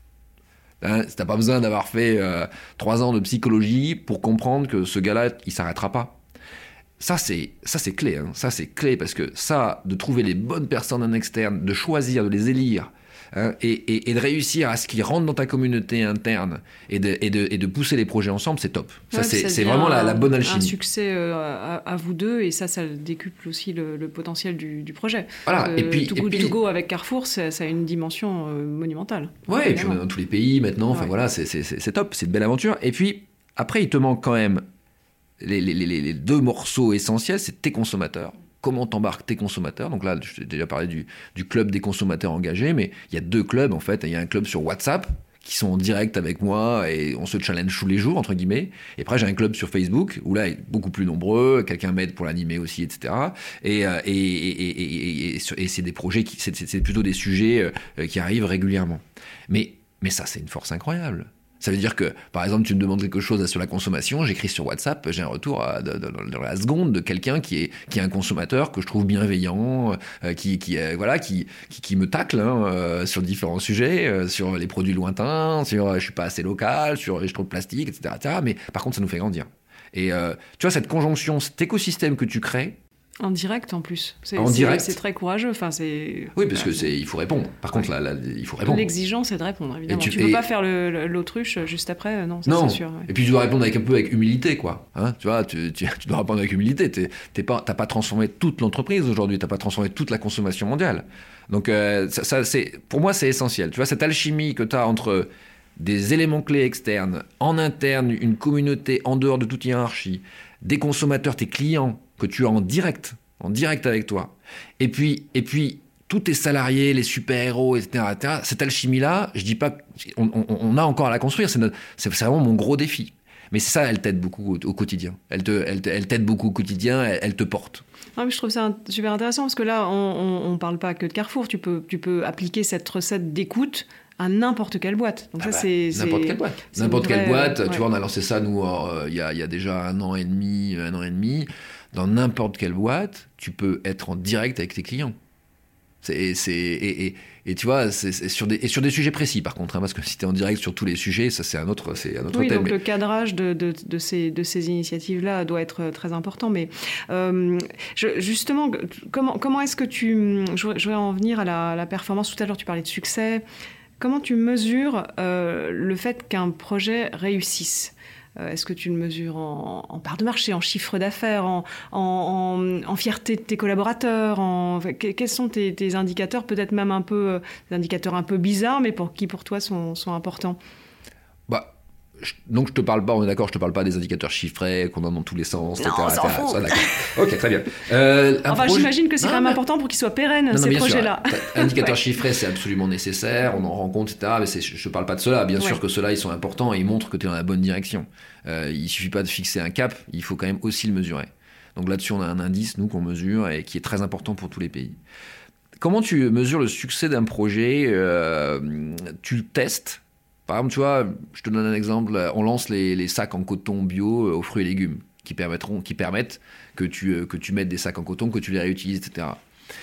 hein, t'as pas besoin d'avoir fait euh, trois ans de psychologie pour comprendre que ce gars-là, il s'arrêtera pas. Ça, c'est, ça, c'est clé. Hein. Ça, c'est clé parce que ça, de trouver les bonnes personnes en externe, de choisir, de les élire, hein, et, et, et de réussir à ce qu'ils rentrent dans ta communauté interne et de, et de, et de pousser les projets ensemble, c'est top. Ça, Ouais, c'est, ça c'est devient vraiment la, un- la bonne Un alchimie. succès euh, à, à vous deux, et ça, ça décuple aussi le, le potentiel du, du projet. Voilà. Euh, Et puis, Too et Good puis- To Go avec Carrefour, ça, ça a une dimension euh, monumentale. Ouais, et puis on est dans tous les pays maintenant, enfin Ouais. voilà, c'est, c'est, c'est, c'est top, c'est une belle aventure. Et puis, après, il te manque quand même les, les, les, les deux morceaux essentiels, c'est tes consommateurs. Comment t'embarques tes consommateurs? Donc là, je t'ai déjà parlé du, du club des consommateurs engagés, mais il y a deux clubs en fait. Il y a un club sur WhatsApp qui sont en direct avec moi et on se challenge tous les jours, entre guillemets. Et après, j'ai un club sur Facebook où là, il est beaucoup plus nombreux, quelqu'un m'aide pour l'animer aussi, et cetera. Et, euh, et, et, et, et, et, et c'est des projets, qui, c'est, c'est plutôt des sujets euh, qui arrivent régulièrement. Mais, mais ça, c'est une force incroyable. Ça veut dire que, par exemple, tu me demandes quelque chose sur la consommation, j'écris sur WhatsApp, j'ai un retour à, de, de, dans la seconde de quelqu'un qui est, qui est un consommateur que je trouve bienveillant, euh, qui, qui, euh, voilà, qui, qui, qui me tacle hein, euh, sur différents sujets, euh, sur les produits lointains, sur euh, je suis pas assez local, sur j'ai trop de plastique, et cetera, et cetera. Mais par contre, ça nous fait grandir. Et euh, tu vois, cette conjonction, cet écosystème que tu crées, En direct en plus. C'est, En c'est, direct. c'est très courageux. Enfin, c'est... oui, parce que c'est, il faut répondre. Par contre, là, là, il faut répondre. L'exigence, c'est de répondre, évidemment. Et tu- tu peux et- pas faire le, le- l'autruche juste après, euh, non, ça Non. c'est sûr. ouais. Et puis tu dois répondre avec un peu avec humilité, quoi. Hein, tu vois, tu, tu, tu dois répondre avec humilité. T'es, t'es pas, t'as pas transformé toute l'entreprise aujourd'hui. T'as pas transformé toute la consommation mondiale. Donc euh, ça, ça, c'est, pour moi, c'est essentiel. Tu vois, cette alchimie que t'as entre des éléments clés externes, en interne, une communauté en dehors de toute hiérarchie, des consommateurs, tes clients que tu as en direct, en direct avec toi. Et puis, et puis tous tes salariés, les super-héros, et cetera, et cetera. Cette alchimie-là, je dis pas, on, on, on a encore à la construire. C'est, notre, c'est, c'est vraiment mon gros défi. Mais c'est ça, elle t'aide beaucoup au, au quotidien. Elle, te, elle, te, elle t'aide beaucoup au quotidien, elle, elle te porte. Ah, mais je trouve ça un- super intéressant parce que là, on ne parle pas que de Carrefour. Tu peux, tu peux appliquer cette recette d'écoute à n'importe quelle boîte. Donc Ah ça, bah, c'est, n'importe c'est- quelle boîte. c'est N'importe une quelle vraie, boîte. euh, Tu ouais. vois, on a lancé ça, nous, euh, il y, a, il y a déjà un an et demi, un an et demi. Dans n'importe quelle boîte, tu peux être en direct avec tes clients. C'est, c'est, et, et, et tu vois, c'est, c'est sur des, et sur des sujets précis, par contre, hein, parce que si tu es en direct sur tous les sujets, ça, c'est un autre, c'est un autre Oui, thème. donc mais- le cadrage de, de, de ces, de ces initiatives-là doit être très important. Mais euh, je- justement, comment, comment est-ce que tu... Je voudrais, je voudrais en venir à la, à la performance. Tout à l'heure, tu parlais de succès. Comment tu mesures euh, le fait qu'un projet réussisse ? Euh, Est-ce que tu le mesures en, en part de marché, en chiffre d'affaires, en, en, en, en fierté de tes collaborateurs en, enfin, que- Quels sont tes, tes indicateurs, peut-être même un peu, euh, des indicateurs un peu bizarres, mais pour, qui pour toi sont, sont importants ? Bah, donc je te parle pas, on est d'accord, je te parle pas des indicateurs chiffrés qu'on a dans tous les sens, non, et cetera. On s'en fout. Ça, d'accord. Ok, très bien. Euh, enfin, projet... j'imagine que c'est non, quand même mais... important pour qu'ils soient pérennes, non, ces non, projets-là. Indicateurs ouais. chiffrés, c'est absolument nécessaire, on en rend compte, et cetera. Mais c'est, je te parle pas de cela. Bien ouais. sûr que ceux-là, ils sont importants et ils montrent que tu es dans la bonne direction. Euh, il suffit pas de fixer un cap, il faut quand même aussi le mesurer. Donc là-dessus, on a un indice, nous, qu'on mesure et qui est très important pour tous les pays. Comment tu mesures le succès d'un projet? euh, Tu le testes. Par exemple, tu vois, je te donne un exemple. On lance les, les sacs en coton bio aux fruits et légumes qui permettront, qui permettent que tu, que tu mettes des sacs en coton, que tu les réutilises, et cetera.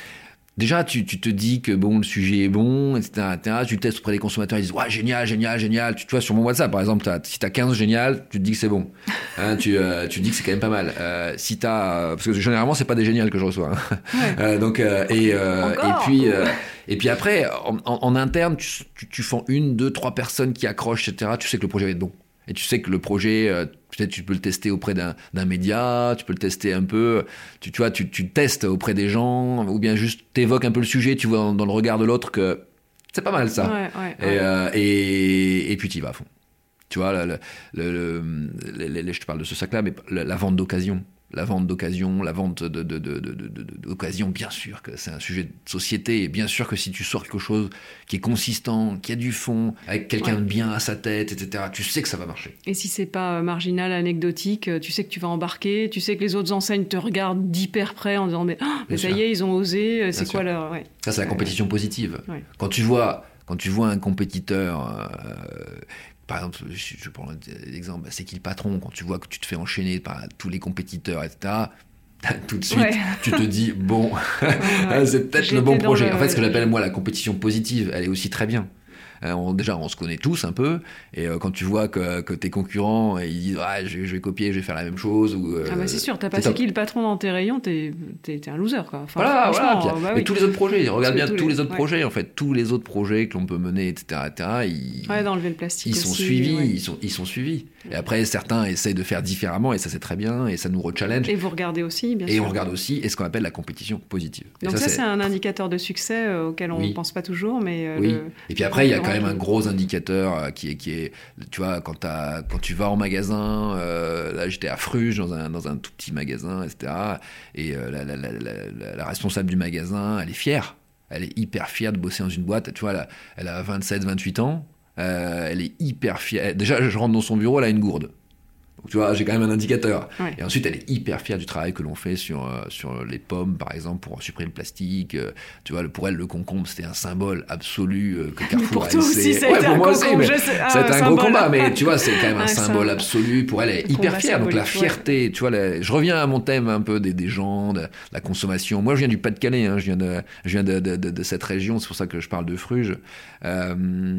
Déjà, tu, tu te dis que bon, le sujet est bon, et cetera, et cetera. Tu le testes auprès des consommateurs, ils disent ouais, génial, génial, génial. Tu, tu vois, sur mon WhatsApp, par exemple, t'as, si tu as quinze génial, tu te dis que c'est bon. Hein, tu, euh, tu te dis que c'est quand même pas mal. Euh, si tu as. Parce que généralement, c'est pas des géniales que je reçois. Hein. Ouais. Euh, donc, euh, et, euh, et, puis, euh, et puis après, en, en, en interne, tu, tu, tu fais une, deux, trois personnes qui accrochent, et cetera. Tu sais que le projet va être bon. Et tu sais que le projet, euh, peut-être tu peux le tester auprès d'un, d'un média, tu peux le tester un peu, tu, tu vois, tu, tu testes auprès des gens, ou bien juste t'évoques un peu le sujet, tu vois dans, dans le regard de l'autre que c'est pas mal ça. Ouais, ouais, et, ouais. Euh, et, et puis tu y vas à fond. Tu vois, le, le, le, le, le, je te parle de ce sac-là, mais la, la vente d'occasion. La vente d'occasion, la vente de, de, de, de, de, de, d'occasion, bien sûr que c'est un sujet de société, et bien sûr que si tu sors quelque chose qui est consistant, qui a du fond, avec quelqu'un ouais. de bien à sa tête, et cetera, tu sais que ça va marcher. Et si c'est pas marginal, anecdotique, tu sais que tu vas embarquer, tu sais que les autres enseignes te regardent d'hyper près en disant mais, oh, mais ça y est, ils ont osé, c'est bien quoi sûr. leur... Ouais. Ça, c'est la compétition positive. Ouais. Quand tu vois, quand tu vois un compétiteur... Euh, Par exemple, je prends l'exemple, c'est qui le patron? Quand tu vois que tu te fais enchaîner par tous les compétiteurs, et cetera, tout de suite, ouais. tu te dis, bon, ouais, ouais. c'est peut-être J'étais le bon projet. Le... En fait, ce que j'appelle, moi, la compétition positive, elle est aussi très bien. Euh, on, déjà, on se connaît tous un peu, et euh, quand tu vois que, que tes concurrents, ils disent ah, je, je vais copier, je vais faire la même chose. Ou, euh, ah bah c'est sûr, t'as pas c'est qui le patron dans tes rayons, t'es, t'es, t'es un loser, quoi. Enfin, voilà, voilà. Puis, bah, oui. Et tous les autres projets, regarde bien tous, tous les, les autres ouais. projets, en fait, tous les autres projets que l'on peut mener, et cetera, et cetera ils, ouais, d'enlever le plastique ils aussi, sont suivis, ouais. ils sont, ils sont suivis. Et après, certains essayent de faire différemment, et ça c'est très bien, et ça nous re-challenge. Et vous regardez aussi, bien et sûr. Et on regarde aussi, et ce qu'on appelle la compétition positive. Et donc ça, ça c'est... c'est un indicateur de succès euh, auquel on ne oui. pense pas toujours, mais... Euh, oui. Le... Et puis après, il y a quand même un gros indicateur qui est, qui est tu vois, quand, quand tu vas en magasin, euh, là j'étais à Fruges, dans un, dans un tout petit magasin, et cetera. Et euh, la, la, la, la, la responsable du magasin, elle est fière. Elle est hyper fière de bosser dans une boîte. Tu vois, elle a, elle a vingt-sept, vingt-huit ans. Euh, elle est hyper fière. Déjà, je rentre dans son bureau, elle a une gourde. Donc, tu vois, j'ai quand même un indicateur. Ouais. Et ensuite, elle est hyper fière du travail que l'on fait sur, euh, sur les pommes, par exemple, pour supprimer le plastique. Euh, tu vois, pour elle, le concombre, c'était un symbole absolu euh, que Carrefour a essayé. Ouais, pour moi aussi, mais sais, ah, c'est un symbole. gros combat. Mais tu vois, c'est quand même un, un symbole, symbole absolu. Pour elle, elle est hyper fière. Donc la fierté, ouais. tu vois, la... je reviens à mon thème un peu des, des gens, de la consommation. Moi, je viens du Pas-de-Calais. Hein, je viens, de, je viens de, de, de, de cette région. C'est pour ça que je parle de Fruges. Euh,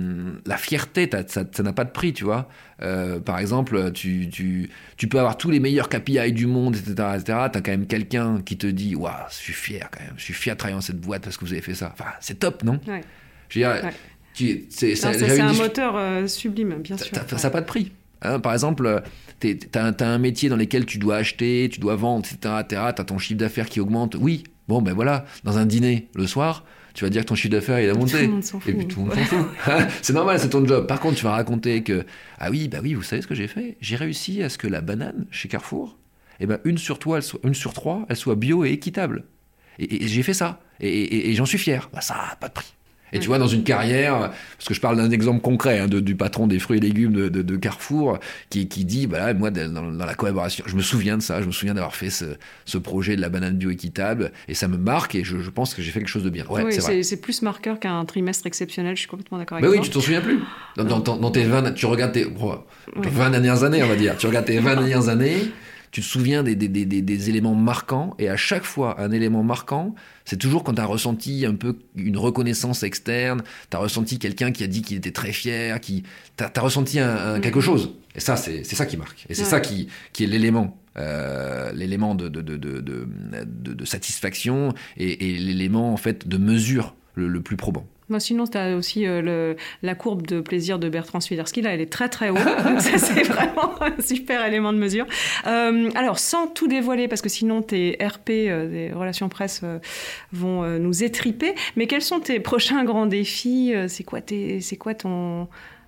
la fierté, ça, ça n'a pas de prix, tu vois. Euh, par exemple, tu, tu, tu peux avoir tous les meilleurs K P I du monde, et cetera, et cetera. T'as quand même quelqu'un qui te dit, waouh, je suis fier quand même, je suis fier de travailler dans cette boîte parce que vous avez fait ça. Enfin, c'est top, non? Ouais. Je veux dire, ouais. tu, c'est, non, ça, c'est, c'est un moteur euh, sublime, bien sûr. Ça n'a pas de prix. Hein, par exemple, tu as un métier dans lequel tu dois acheter, tu dois vendre, et cetera, et cetera. Tu as ton chiffre d'affaires qui augmente. Oui, bon, ben voilà, dans un dîner le soir, tu vas dire que ton chiffre d'affaires il a monté. Tout le monde s'en fout. Et puis tout le monde s'en fout. C'est normal, c'est ton job. Par contre, tu vas raconter que ah oui, bah oui, vous savez ce que j'ai fait? J'ai réussi à ce que la banane chez Carrefour, eh ben une sur trois, elle soit, une sur trois, elle soit bio et équitable. Et, et, et j'ai fait ça. Et, et, et j'en suis fier. Bah ça n'a pas de prix. Et tu vois, dans une carrière, parce que je parle d'un exemple concret hein, de, du patron des fruits et légumes de, de, de Carrefour, qui, qui dit, bah, moi, dans, dans la collaboration, je me souviens de ça, je me souviens d'avoir fait ce, ce projet de la banane bio-équitable, et ça me marque, et je, je pense que j'ai fait quelque chose de bien. Ouais, oui, c'est, c'est, vrai. c'est plus marqueur qu'un trimestre exceptionnel, je suis complètement d'accord avec bah toi. Oui, tu t'en souviens plus. Dans, dans, dans, dans tes vingt, tu regardes tes oh, oui. vingt dernières années, on va dire, tu regardes tes vingt dernières années, tu te souviens des, des, des, des, des éléments marquants, et à chaque fois, un élément marquant, c'est toujours quand tu as ressenti un peu une reconnaissance externe, tu as ressenti quelqu'un qui a dit qu'il était très fier, qui tu as ressenti un, un, quelque chose. Et ça, c'est, c'est ça qui marque. Et c'est ouais. ça qui, qui est l'élément, euh, l'élément de, de, de, de, de, de, de satisfaction et, et l'élément en fait, de mesure le, le plus probant. Moi, sinon, tu as aussi euh, le, la courbe de plaisir de Bertrand Swiderski. Là, elle est très, très haute. Donc ça, c'est vraiment un super élément de mesure. Euh, alors, sans tout dévoiler, parce que sinon, tes R P, euh, des relations presse, euh, vont euh, nous étriper. Mais quels sont tes prochains grands défis? C'est quoi, tes, c'est quoi ton,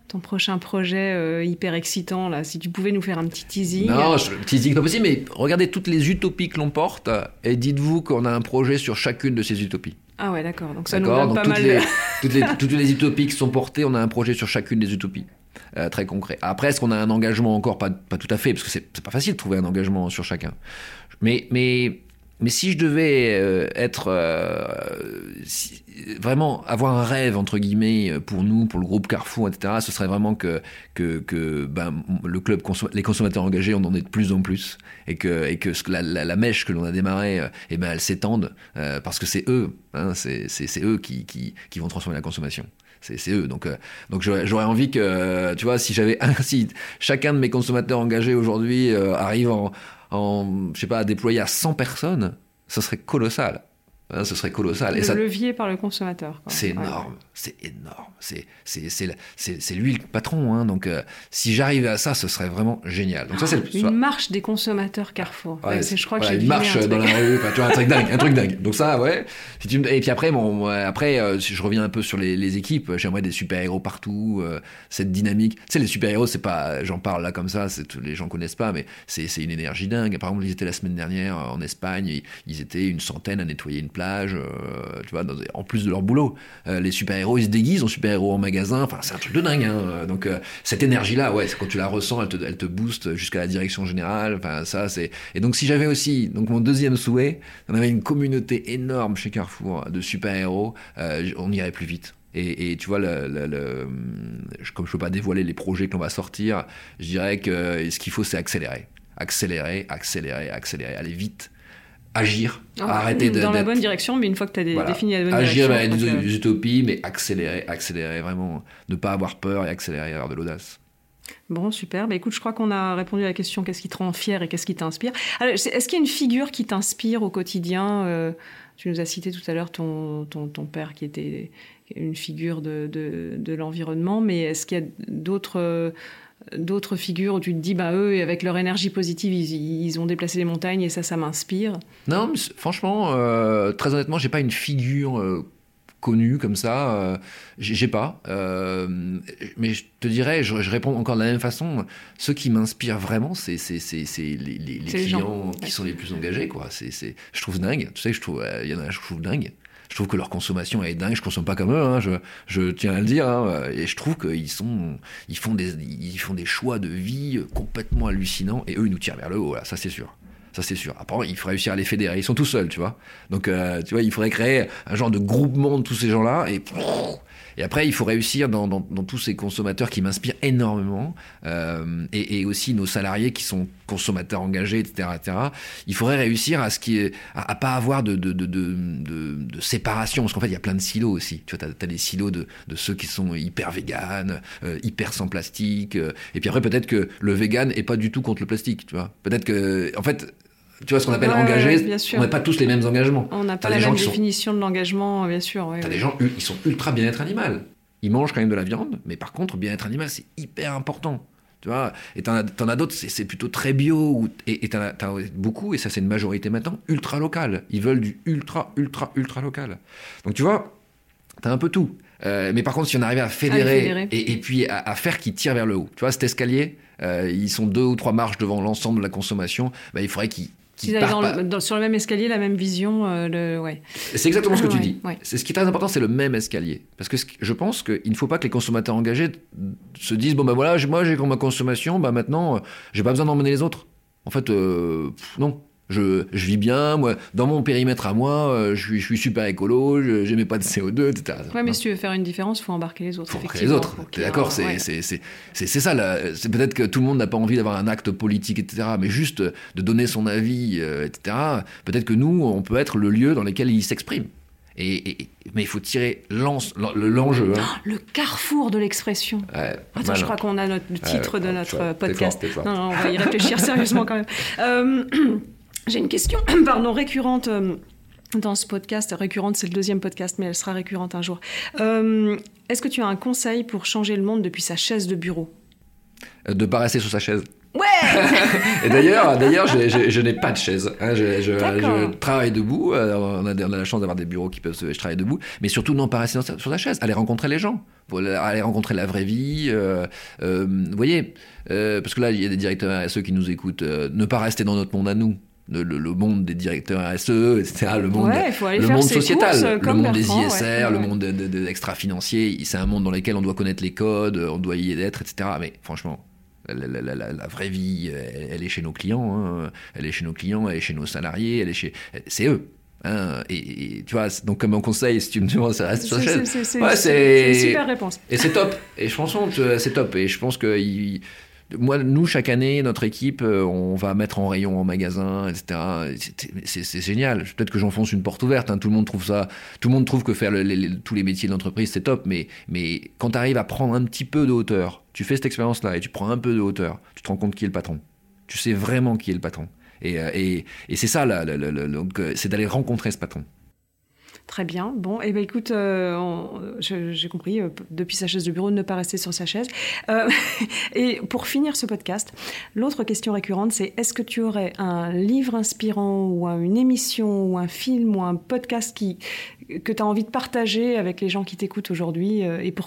ton prochain projet euh, hyper excitant, là, si tu pouvais nous faire un petit teasing. Non, je, teasing pas possible, mais regardez toutes les utopies que l'on porte et dites-vous qu'on a un projet sur chacune de ces utopies. Ah ouais, d'accord. Donc ça d'accord, nous donne donc pas toutes mal les, de... toutes, les, toutes les utopies qui sont portées, on a un projet sur chacune des utopies. Euh, très concret. Après, est-ce qu'on a un engagement encore pas, pas tout à fait, parce que c'est, c'est pas facile de trouver un engagement sur chacun. Mais, mais, mais si je devais euh, être euh, si, vraiment avoir un rêve entre guillemets pour nous, pour le groupe Carrefour, et cetera, ce serait vraiment que que, que ben, le club consom- les consommateurs engagés, on en ait de plus en plus, et que et que ce, la, la, la mèche que l'on a démarrée, euh, et ben elle s'étende, euh, parce que c'est eux, hein, c'est, c'est, c'est eux qui, qui qui vont transformer la consommation. C'est, c'est eux. Donc, euh, donc j'aurais, j'aurais envie que, euh, tu vois, si j'avais, si chacun de mes consommateurs engagés aujourd'hui euh, arrive en, en, je sais pas, à déployer à cent personnes, ce serait colossal. Hein, ce serait colossal. Le Et ça, levier par le consommateur. Quoi. c'est Ouais. énorme, c'est énorme. C'est, c'est, c'est, la- c'est, c'est lui le patron. Hein, donc, euh, si j'arrivais à ça, ce serait vraiment génial. Donc ça, c'est le, Une soit- marche des consommateurs Carrefour. Ouais, Ouais, c'est, je crois voilà, que j'ai une deviné marche un dans truc. la rue, enfin, tu vois, un truc dingue, un truc dingue. Donc ça, ouais. Si tu me- Et puis après, bon, ouais, après, euh, si je reviens un peu sur les, les équipes, j'aimerais des super-héros partout, euh, cette dynamique. Tu sais, les super-héros, c'est pas, j'en parle là comme ça, c'est, les gens connaissent pas, mais c'est, c'est une énergie dingue. Par exemple, ils étaient la semaine dernière euh, en Espagne, ils, ils étaient une centaine à nettoyer une plage, euh, tu vois, dans- en plus de leur boulot. Euh, les super-héros, ils se déguisent en super-héros en magasin, enfin, c'est un truc de dingue. Hein. Donc, euh, cette énergie-là, ouais, c'est quand tu la ressens, elle te, elle te booste jusqu'à la direction générale. Enfin, ça, c'est. Et donc, si j'avais aussi, donc mon deuxième souhait, on avait une communauté énorme chez Carrefour de super-héros, euh, on irait plus vite. Et, et tu vois, le, le, le, je- comme je peux pas dévoiler les projets que l'on va sortir, je dirais que ce qu'il faut, c'est accélérer, accélérer, accélérer, accélérer, aller vite, agir, Ah, arrêter de dans la d'être- bonne direction, mais une fois que tu as voilà. défini la bonne Agir direction. vers donc, des euh, utopies, mais accélérer, accélérer, vraiment, ne pas avoir peur et accélérer, avoir de l'audace. Bon, super. Bah, écoute, je crois qu'on a répondu à la question qu'est-ce qui te rend fier et qu'est-ce qui t'inspire. Alors, c'est- est-ce qu'il y a une figure qui t'inspire au quotidien euh, Tu nous as cité tout à l'heure ton, ton, ton père qui était une figure de, de, de l'environnement, mais est-ce qu'il y a d'autres, euh, d'autres figures où tu te dis, bah, eux, avec leur énergie positive, ils, ils ont déplacé les montagnes et ça, ça m'inspire? Non, mais c'est- franchement, euh, très honnêtement, j'ai pas une figure euh, connue comme ça. Euh, j'ai, j'ai pas. Euh, mais je te dirais, je, je réponds encore de la même façon. Ceux qui m'inspirent vraiment, c'est, c'est, c'est, c'est les, les, les C'est les clients gens. qui Ouais. sont les plus engagés, quoi. C'est, c'est, je trouve dingue. Tu sais, je trouve, il y en a, je trouve dingue. Je trouve que leur consommation est dingue. Je consomme pas comme eux, hein, je, je tiens à le dire. Hein, et je trouve qu'ils sont, ils font des, ils font des choix de vie complètement hallucinants. Et eux, ils nous tirent vers le haut. Voilà, ça c'est sûr. Ça, c'est sûr. Après, il faut réussir à les fédérer. Ils sont tout seuls, tu vois. Donc, euh, tu vois, il faudrait créer un genre de groupement de tous ces gens-là. Et, et après, il faut réussir dans, dans, dans tous ces consommateurs qui m'inspirent énormément. Euh, et, et aussi nos salariés qui sont consommateurs engagés, et cetera, et cetera. Il faudrait réussir à ce qui est, à, à pas avoir de, de, de, de, de, de séparation. Parce qu'en fait, il y a plein de silos aussi. Tu vois, t'as, t'as des silos de, de ceux qui sont hyper véganes, euh, hyper sans plastique. Euh, et puis après, peut-être que le vegan est pas du tout contre le plastique, tu vois. Peut-être que, en fait, tu vois ce qu'on appelle Ouais, engagé, ouais, bien sûr. on n'a pas tous les mêmes engagements. On n'a T'as pas des la gens même qui sont- définition de l'engagement, bien sûr. Ouais, T'as ouais. des gens, ils sont ultra bien-être animal. Ils mangent quand même de la viande, mais par contre, bien-être animal, c'est hyper important. Tu vois, et t'en as, t'en as d'autres, c'est, c'est plutôt très bio, ou- et, et t'en as, t'en as beaucoup, et ça c'est une majorité maintenant, ultra local. Ils veulent du ultra, ultra, ultra local. Donc tu vois, t'as un peu tout. Euh, mais par contre, si on arrivait à fédérer, fédérer. Et, et puis à, à faire qu'ils tirent vers le haut, tu vois, cet escalier, euh, ils sont deux ou trois marches devant l'ensemble de la consommation, bah, il faudrait qu'ils, qu'ils S'ils allaient partent dans pas- le- dans- sur le même escalier, la même vision, euh, le, ouais. C'est exactement ce que tu Ouais, dis. ouais. C'est ce qui est très important, c'est le même escalier. Parce que ce qui- je pense qu'il ne faut pas que les consommateurs engagés se disent bon ben voilà, j'ai- moi j'ai ma consommation, bah maintenant euh, j'ai pas besoin d'emmener les autres. En fait, euh, pff, non. Je, je vis bien, moi, dans mon périmètre à moi, euh, je suis, je suis super écolo, je j'émets pas de C O deux, et cetera. Ouais, mais Non. si tu veux faire une différence, il faut embarquer les autres. Faut embarquer effectivement, les autres. pour T'es qu'il y ait d'accord, un- c'est, ouais. c'est, c'est, c'est, c'est ça. Là. C'est peut-être que tout le monde n'a pas envie d'avoir un acte politique, et cetera. Mais juste de donner son avis, euh, et cetera. Peut-être que nous, on peut être le lieu dans lequel il s'exprime. Et, et- mais il faut tirer l'ense- l'en- l'enjeu. Hein. Le carrefour de l'expression. Ouais, Attends, mal, je hein. crois qu'on a notre, le titre Ouais, de ouais, notre tu vois, euh, t'es podcast. fort, t'es fort. Non, non, on va y réfléchir sérieusement quand même. Euh, j'ai une question, pardon, récurrente euh, dans ce podcast. Récurrente, c'est le deuxième podcast, mais elle sera récurrente un jour. Euh, est-ce que tu as un conseil pour changer le monde depuis sa chaise de bureau? De ne pas rester sur sa chaise. Ouais. Et d'ailleurs, d'ailleurs j'ai- j'ai- je n'ai pas de chaise. Hein. Je, je- D'accord. je travaille debout. Euh, on, a, on a la chance d'avoir des bureaux qui peuvent se... Je travaille debout. Mais surtout, non, pas rester sur sa- sur sa chaise. Aller rencontrer les gens. pour aller rencontrer la vraie vie. Euh, euh, vous voyez, euh, parce que là, il y a des directeurs R S E qui nous écoutent. Euh, ne pas rester dans notre monde à nous. Le, le, le monde des directeurs R S E, et cetera. Le monde, ouais, faut aller le faire monde ses sociétal, courses, le comme monde Bertrand, des I S R, ouais, le ouais. monde de, de, de extra-financier. C'est un monde dans lequel on doit connaître les codes, on doit y être, et cetera. Mais franchement, la, la, la, la vraie vie, elle, elle est chez nos clients. Hein. Elle est chez nos clients, elle est chez nos salariés, elle est chez... C'est eux. Hein, et, et tu vois, donc comme un conseil, si tu me demandes, ça reste sur la chaîne. C'est, c'est, ouais, c'est, c'est... c'est une super réponse. Et c'est top. Et franchement, c'est top. Et je pense que il... moi, nous, chaque année, notre équipe, on va mettre en rayon en magasin, et cetera. C'est, c'est, c'est génial. Peut-être que j'enfonce une porte ouverte. Hein. Tout le monde trouve ça. Tout le monde trouve que faire le, les, les, tous les métiers de l'entreprise, c'est top. Mais, mais quand tu arrives à prendre un petit peu de hauteur, tu fais cette expérience-là et tu prends un peu de hauteur, tu te rends compte qui est le patron. Tu sais vraiment qui est le patron. Et, et, et c'est ça, là, là, là, là, donc, c'est d'aller rencontrer ce patron. Très bien. Bon, et eh ben écoute, euh, on, je, j'ai compris, euh, depuis sa chaise de bureau, ne pas rester sur sa chaise. Euh, et pour finir ce podcast, l'autre question récurrente, c'est est-ce que tu aurais un livre inspirant ou une émission ou un film ou un podcast qui, que tu as envie de partager avec les gens qui t'écoutent aujourd'hui euh, et pourquoi ?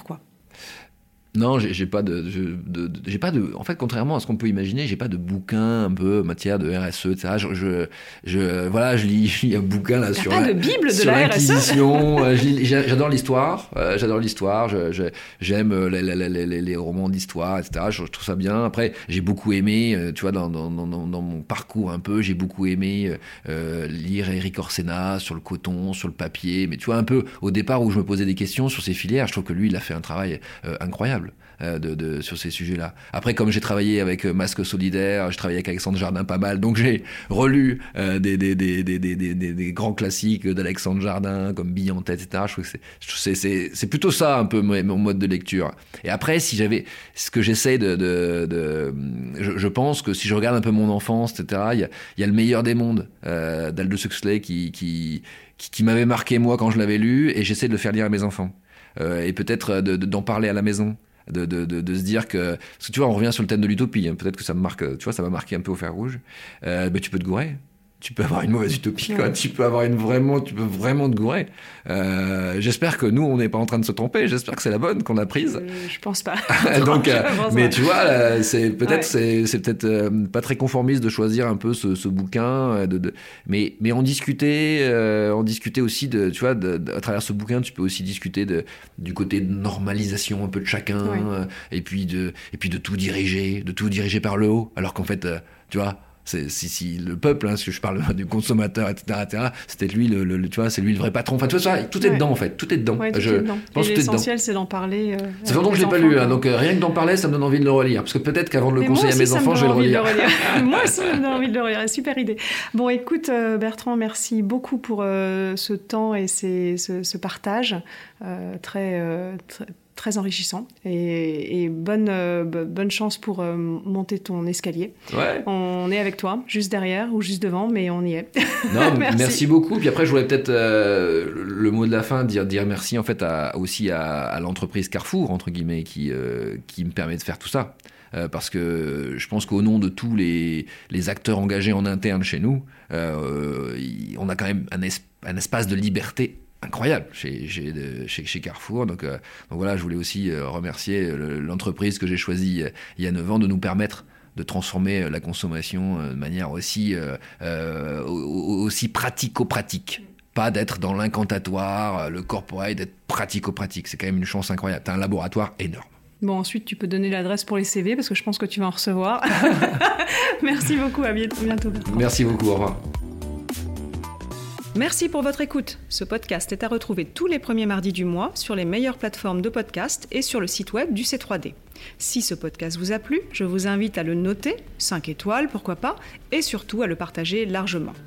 Non, j'ai, j'ai pas de, je, de, de, j'ai pas de. En fait, contrairement à ce qu'on peut imaginer, j'ai pas de bouquin un peu en matière de R S E, et cetera. Je, je, je voilà, je lis, je lis un bouquin là T'as sur. pas la, de Bible de sur la R S E. l'Inquisition. euh, je lis, j'adore l'histoire. Euh, j'adore l'histoire. Je, je, j'aime les, les, les, les romans d'histoire, et cetera. Je, je trouve ça bien. Après, j'ai beaucoup aimé, euh, tu vois, dans, dans, dans, dans mon parcours un peu, j'ai beaucoup aimé euh, lire Éric Orsena sur le coton, sur le papier. Mais tu vois, un peu au départ où je me posais des questions sur ces filières, je trouve que lui, il a fait un travail euh, incroyable. De, de, sur ces sujets-là. Après, comme j'ai travaillé avec euh, Masque Solidaire, j'ai travaillé avec Alexandre Jardin pas mal, donc j'ai relu euh, des, des, des, des, des, des, des grands classiques d'Alexandre Jardin, comme Bille en tête, et cetera. Je trouve que c'est, c'est, c'est, c'est plutôt ça un peu mon mode de lecture. Et après, si j'avais... Ce que j'essaie de... de, de je, je pense que si je regarde un peu mon enfance, et cetera, il y a, il y a Le meilleur des mondes euh, d'Aldous Huxley qui, qui, qui, qui m'avait marqué moi quand je l'avais lu, et j'essaie de le faire lire à mes enfants. Euh, et peut-être de, de, d'en parler à la maison. De, de, de, de se dire que... Parce que tu vois, on revient sur le thème de l'utopie. Hein. Peut-être que ça me marque... Tu vois, ça m'a marqué un peu au fer rouge. Euh, mais tu peux te gourer. Tu peux avoir une mauvaise utopie, quoi. Tu peux avoir une vraiment... Tu peux vraiment te gourer. Euh, j'espère que nous, on n'est pas en train de se tromper. J'espère que c'est la bonne qu'on a prise. Euh, je pense pas. Donc, euh, pense mais pas. tu vois, là, c'est peut-être, Ouais. c'est, c'est peut-être euh, pas très conformiste de choisir un peu ce, ce bouquin. euh, De, de, mais, mais en discuter, euh, en discuter aussi de... Tu vois, de, de, à travers ce bouquin, tu peux aussi discuter de, du côté de normalisation un peu de chacun. Ouais. euh, et, puis de, et puis de tout diriger, de tout diriger par le haut. Alors qu'en fait, euh, tu vois... C'est, si, si le peuple, hein, parce que je parle du consommateur, et cetera, et cetera, c'est peut-être lui, le, le, le, tu vois, c'est lui le vrai patron. Enfin, tu vois, ça, tout est Ouais. dedans, en fait. Tout est dedans. Ouais, tout je est dedans. pense Et que tout est dedans. l'essentiel, c'est d'en parler. Euh, Ça fait longtemps que je l'ai pas lu, hein, donc euh, rien que d'en parler, ça me donne envie de le relire. Parce que peut-être qu'avant de le Mais conseiller moi aussi, à mes ça me enfants, je vais donne le envie de relire. relire. Moi aussi, ça me donne envie de le relire. Super idée. Bon, écoute, euh, Bertrand, merci beaucoup pour euh, ce temps et ces, ce, ce partage euh, très, euh, très, très enrichissant. Et, et bonne, euh, bonne chance pour euh, monter ton escalier. Ouais. On est avec toi, juste derrière ou juste devant, mais on y est. Non, Merci. merci beaucoup. Puis après, je voulais peut-être euh, le mot de la fin dire dire merci en fait à, aussi à, à l'entreprise Carrefour entre guillemets qui euh, qui me permet de faire tout ça. Euh, parce que je pense qu'au nom de tous les, les acteurs engagés en interne chez nous, euh, y, on a quand même un, es, un espace de liberté incroyable chez, chez, chez, chez Carrefour. Donc, euh, donc voilà, je voulais aussi euh, remercier le, l'entreprise que j'ai choisie euh, il y a neuf ans de nous permettre de transformer la consommation euh, de manière aussi, euh, euh, aussi pratico-pratique. Pas d'être dans l'incantatoire, le corporate, d'être pratico-pratique. C'est quand même une chance incroyable. T'as un laboratoire énorme. Bon, ensuite, tu peux donner l'adresse pour les C V, parce que je pense que tu vas en recevoir. Merci beaucoup, à bientôt. Bertrand. Merci beaucoup, au revoir. Merci pour votre écoute. Ce podcast est à retrouver tous les premiers mardis du mois sur les meilleures plateformes de podcast et sur le site web du C trois D. Si ce podcast vous a plu, je vous invite à le noter, cinq étoiles, pourquoi pas, et surtout à le partager largement.